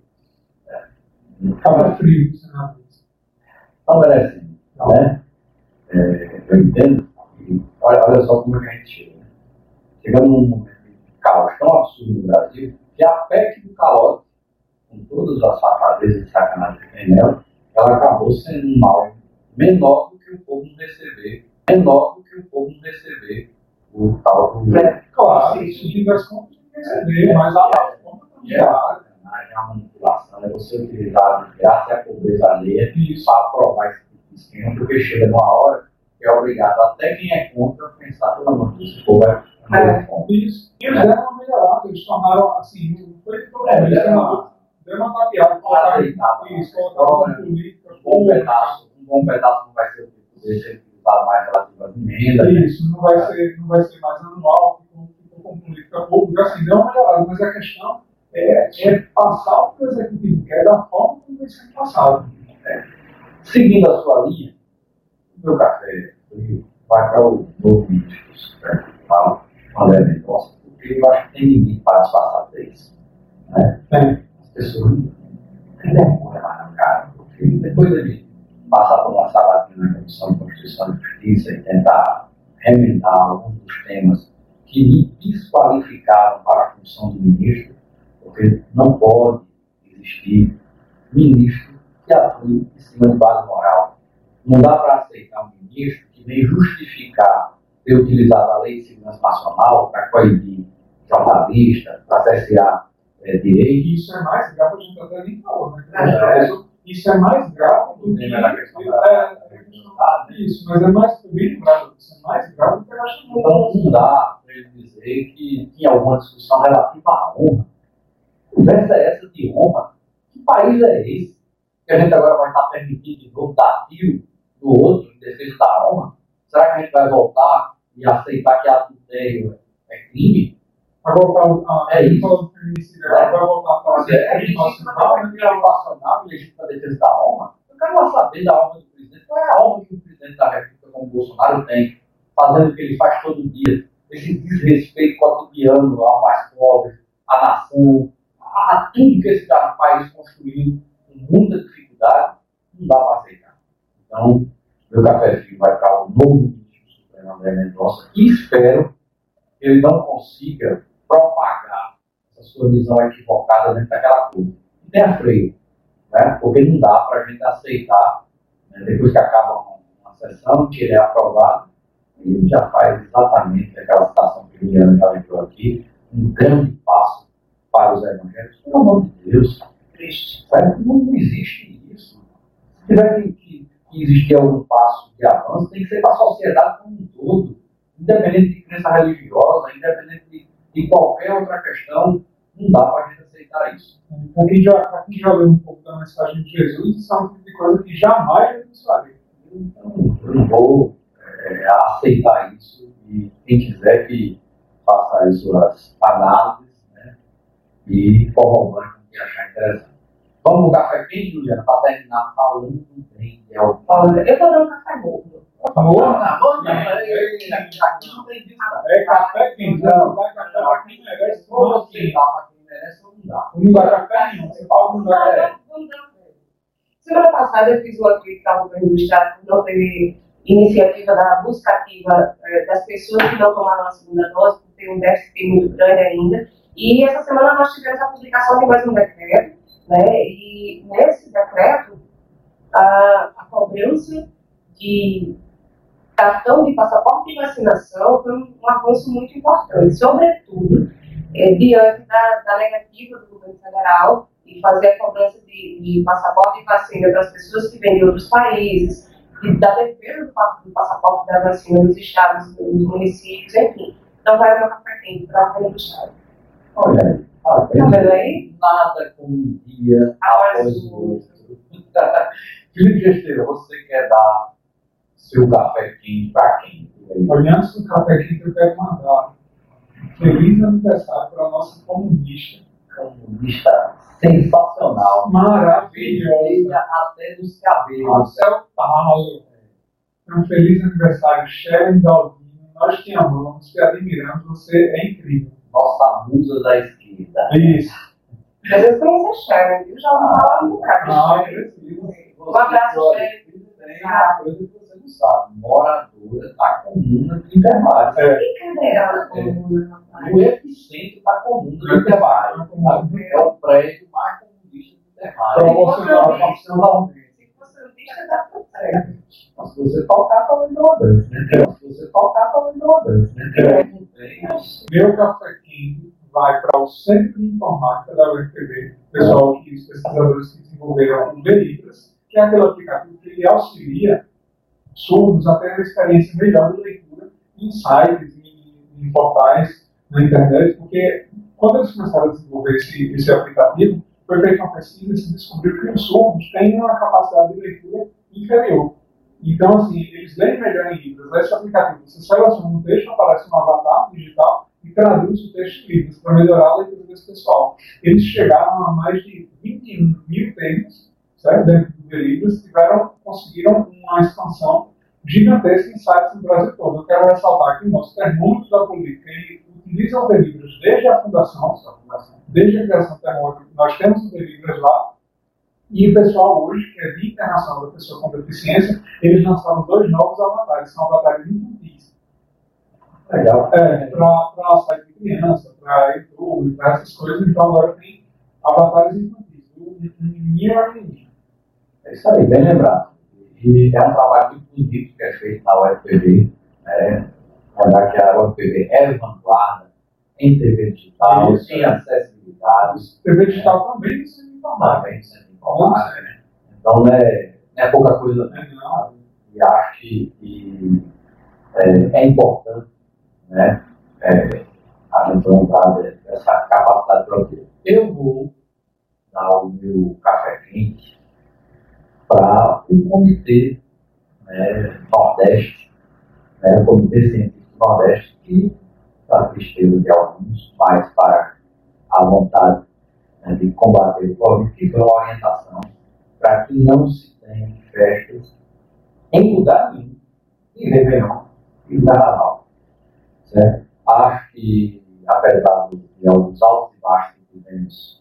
[SPEAKER 3] Estava frio no Senado.
[SPEAKER 1] Não merece, né? Eu entendo. Olha só como é que a gente chega. Né? Chegando num momento de caos tão absurdo no Brasil, que a PEC do calote, com todas as safadezas e sacanagens que tem nela, ela acabou sendo um mal menor do que o povo não receber. Menor do que o povo não receber o tal do...
[SPEAKER 3] Claro, se tivesse como receber, mas a forma também
[SPEAKER 1] é a manipulação, é você utilizar a desgraça e a pobreza alheia para aprovar esse tipo de esquema, porque chega numa hora que é obrigado até quem é contra pensar, pelo amor de Deus, esse povo é
[SPEAKER 3] isso. E eles deram uma melhorada, eles tornaram assim, não foi problema, deu uma tapeada, colocaram isso, colocaram política,
[SPEAKER 1] um bom pedaço não vai ser o tipo desse, ele utilizado mais relativo às emendas.
[SPEAKER 3] Isso, não vai ser mais anual, ficou com política pública, assim, deu uma melhorada, mas a questão é passar o que o executivo quer da forma como vai ser passado.
[SPEAKER 1] Seguindo a sua linha, o meu café vai para o novo ministro do Supremo Tribunal, André Mendonça, porque eu acho que tem limite para disfarçar isso. Né? As pessoas não têm vergonha mais na cara, porque depois ele passar por uma sabatina na Comissão de Constituição e Justiça e tentar remendar alguns dos temas que lhe desqualificaram para a função do ministro, porque não pode existir ministro que atue em cima de base moral. Não dá para aceitar um ministro que vem justificar ter utilizado a Lei de Segurança Nacional para coibir jornalista, para cercear direito.
[SPEAKER 3] Isso é mais grave, a gente até nem falou, né? Isso é mais grave do que
[SPEAKER 1] a questão
[SPEAKER 3] isso, mas é mais bem grave. Isso é mais grave do que eu acho.
[SPEAKER 1] Então não dá para ele dizer que tinha alguma discussão relativa à honra. Que conversa é essa de honra? Que país é esse? Que a gente agora vai estar permitindo de novo dar tiro do outro em defesa da honra? Será que a gente vai voltar e aceitar que adultério é crime?
[SPEAKER 3] Vai voltar
[SPEAKER 1] é isso.
[SPEAKER 3] Vai voltar a fazer
[SPEAKER 1] crime passional e legítima defesa da honra? Eu quero lá saber da honra do presidente. Qual é a honra que o presidente da República, como o Bolsonaro, tem, fazendo o que ele faz todo dia? Esse desrespeito cotidiano ao mais pobre, à nação, a tudo que esse país construiu com muita dificuldade, não dá para aceitar. Então, meu café frio vai para o novo ministro do Supremo, André Mendonça, e espero que ele não consiga propagar essa sua visão equivocada dentro daquela coisa. E tenha freio, né? Porque não dá para a gente aceitar, né? Depois que acaba uma sessão, que ele é aprovado, ele já faz exatamente aquela citação que o Juliano já lembrou aqui, um grande passo para os evangélicos. Pelo amor de Deus, triste. Não existe isso. Se tiver que existir algum passo de avanço, tem que ser para a sociedade como um todo, independente de crença religiosa, independente de qualquer outra questão, não dá para a gente aceitar isso.
[SPEAKER 3] Aqui já leu um pouco da mensagem de Jesus, isso é um tipo de coisa que jamais Jesus faria.
[SPEAKER 1] Então, eu não vou aceitar isso, e quem quiser que faça as suas análises, né, e corrobore com o que achar interessante. Vamos no café quente, Juliana, para terminar falando bem. Eu estou dando café morno. Aqui não tem disso.
[SPEAKER 3] É café quente, não dá café para quem merece.
[SPEAKER 1] Ou você dá para quem merece ou não dá.
[SPEAKER 3] Não dá café nenhum, você fala que não dá café.
[SPEAKER 2] Semana passada eu fiz uma crítica ao governo do Estado por não ter iniciativa da busca ativa das pessoas que não tomaram a segunda dose, porque tem um déficit muito grande ainda. E essa semana nós tivemos a publicação de mais um decreto, né? E nesse decreto, a cobrança de cartão de passaporte de vacinação foi um avanço muito importante, sobretudo diante da negativa do governo federal e fazer a cobrança de passaporte de vacina para as pessoas que vêm de outros países, da defesa do passaporte da vacina nos estados, nos municípios, enfim. Então vai uma café quente para o governo do estado.
[SPEAKER 1] Olha aí.
[SPEAKER 2] Tá vendo aí?
[SPEAKER 1] Nada como um dia após o outro. Felipe Gesteira, você quer dar seu café quente para quem?
[SPEAKER 3] Olhando se o café quente eu quero mandar Feliz aniversário para a nossa comunista.
[SPEAKER 1] Comunista sensacional.
[SPEAKER 3] Maravilhosa.
[SPEAKER 1] Até nos cabelos.
[SPEAKER 3] Até o talo. Um feliz aniversário, Sharon Daldino. Nós te amamos, te admiramos, você é incrível.
[SPEAKER 1] Nossa musa da esquerda.
[SPEAKER 3] Isso.
[SPEAKER 2] Mas eu conheço a Sharon, viu? Já vou falar no lugar.
[SPEAKER 3] Preciso.
[SPEAKER 2] Um abraço, Sharon.
[SPEAKER 1] Tem uma coisa que você não sabe. Moradora da comuna de Intermares.
[SPEAKER 2] Cadê ela?
[SPEAKER 1] No epicentro da comuna de Intermares. É o prédio mais comunista de Intermares.
[SPEAKER 3] Proporcionalmente.
[SPEAKER 2] Se fosse um bicho, dá pra certo.
[SPEAKER 1] Mas se você tocar, tá vendo uma dança, né? Se você tocar, tá vendo uma dança, né?
[SPEAKER 3] Meu café quente vai para o Centro de Informática da UFPB, pessoal que os pesquisadores que desenvolveram o Veribras, que é aquele aplicativo que ele auxilia surdos a ter uma experiência melhor de leitura em sites, em portais na internet, porque quando eles começaram a desenvolver esse aplicativo, foi feita uma pesquisa e se descobriu que os surdos têm uma capacidade de leitura inferior. Então, assim, eles leem melhor em Libras. Esse aplicativo, você seleciona um texto, aparece um avatar digital e traduz o texto em Libras para melhorar a leitura desse pessoal. Eles chegaram a mais de 21 mil termos, certo? Dentro do Libras, conseguiram uma expansão gigantesca em sites no Brasil todo. Eu quero ressaltar que o nosso termômetro da política, ele utiliza o Libras desde a fundação, desde a criação do termômetro. Nós temos o Libras lá. E o pessoal hoje, que é Dia Internacional da Pessoa com Deficiência, eles lançaram 2 novos avatares, são avatares infantis.
[SPEAKER 1] Legal.
[SPEAKER 3] Para site de criança, para YouTube, para essas coisas, então agora tem avatares infantis, do menino a menina.
[SPEAKER 1] É isso aí, bem lembrado. E é um trabalho muito bonito que é feito na UFPB, né? Lembrar que a UFPB é vanguarda em TV digital, em acessibilidade.
[SPEAKER 3] TV digital também não se informar.
[SPEAKER 1] Também sendo informada, né? Então não é pouca coisa, né? E acho que é importante, né? A gente lembrar dessa capacidade própria. Eu vou dar o meu café quente para o Comitê, né, Nordeste, né, o Comitê Científico Nordeste, que, para a tristeza de alguns, mas para a vontade, né, de combater o Covid, que foi uma orientação para que não se tenha festas em lugar nenhum, em Réveillon e Carnaval. Certo? Acho que, apesar de alguns altos e baixos que tivemos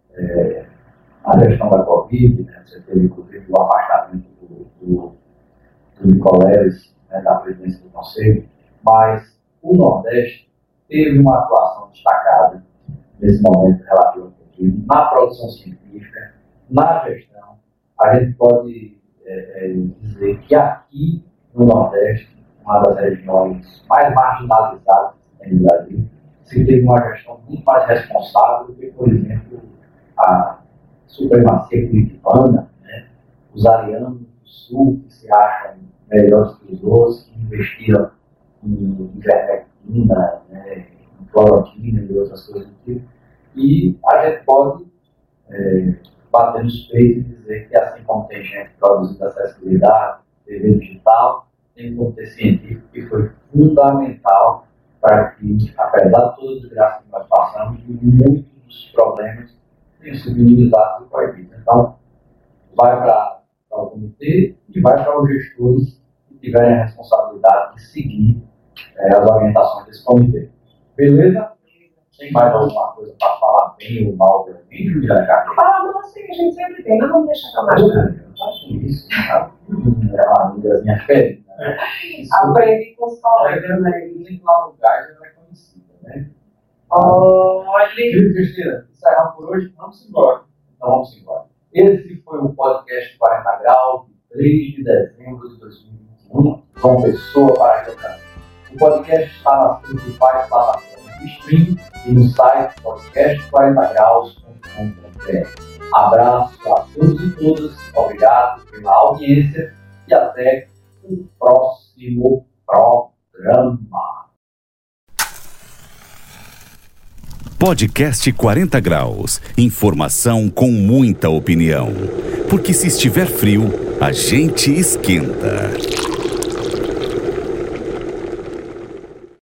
[SPEAKER 1] na gestão da Covid, né, você teve, inclusive, o afastamento do Nicoleles, né, da presidência do Conselho, mas o Nordeste teve uma atuação destacada nesse momento relativo ao Covid, na produção científica, na gestão. A gente pode dizer que aqui no Nordeste, uma das regiões mais marginalizadas do Brasil, se teve uma gestão muito mais responsável do que, por exemplo, a supremacia curitibana, né? Os arianos do Sul, que se acham melhores que os outros, que investiram em ivermectina, né? Em cloroquina e outras coisas do tipo. E a gente pode bater nos peitos e dizer que, assim como tem gente produzindo acessibilidade, TV digital, tem um comitê científico que foi fundamental para que, apesar de toda a desgraça que nós passamos, muitos dos problemas tenham sido minimizados e proibidos. Então, vai para o comitê e vai para os gestores que tiverem a responsabilidade de seguir as orientações desse comitê. Beleza? Tem mais alguma coisa para falar bem ou mal de alguém, Juliana Carneiro?
[SPEAKER 2] Falar mal assim, a gente sempre tem, não vamos deixar pra mais.
[SPEAKER 1] Isso, é uma amigazinha feliz, né?
[SPEAKER 2] Aprendi com os colegas, né?
[SPEAKER 1] Dizem que lá no gás ela é conhecida, né?
[SPEAKER 2] Olha.
[SPEAKER 1] Cristina, encerramos por hoje? Vamos embora. Então vamos embora. Esse foi o podcast 40 Graus, de 3 de dezembro de 2021, com Pessoa para Jogar. O podcast está nas principais plataformas de streaming e no site podcast40graus.com.br. Abraço a todos e todas, obrigado pela audiência e até o próximo programa.
[SPEAKER 5] Podcast 40 Graus. Informação com muita opinião. Porque se estiver frio, a gente esquenta.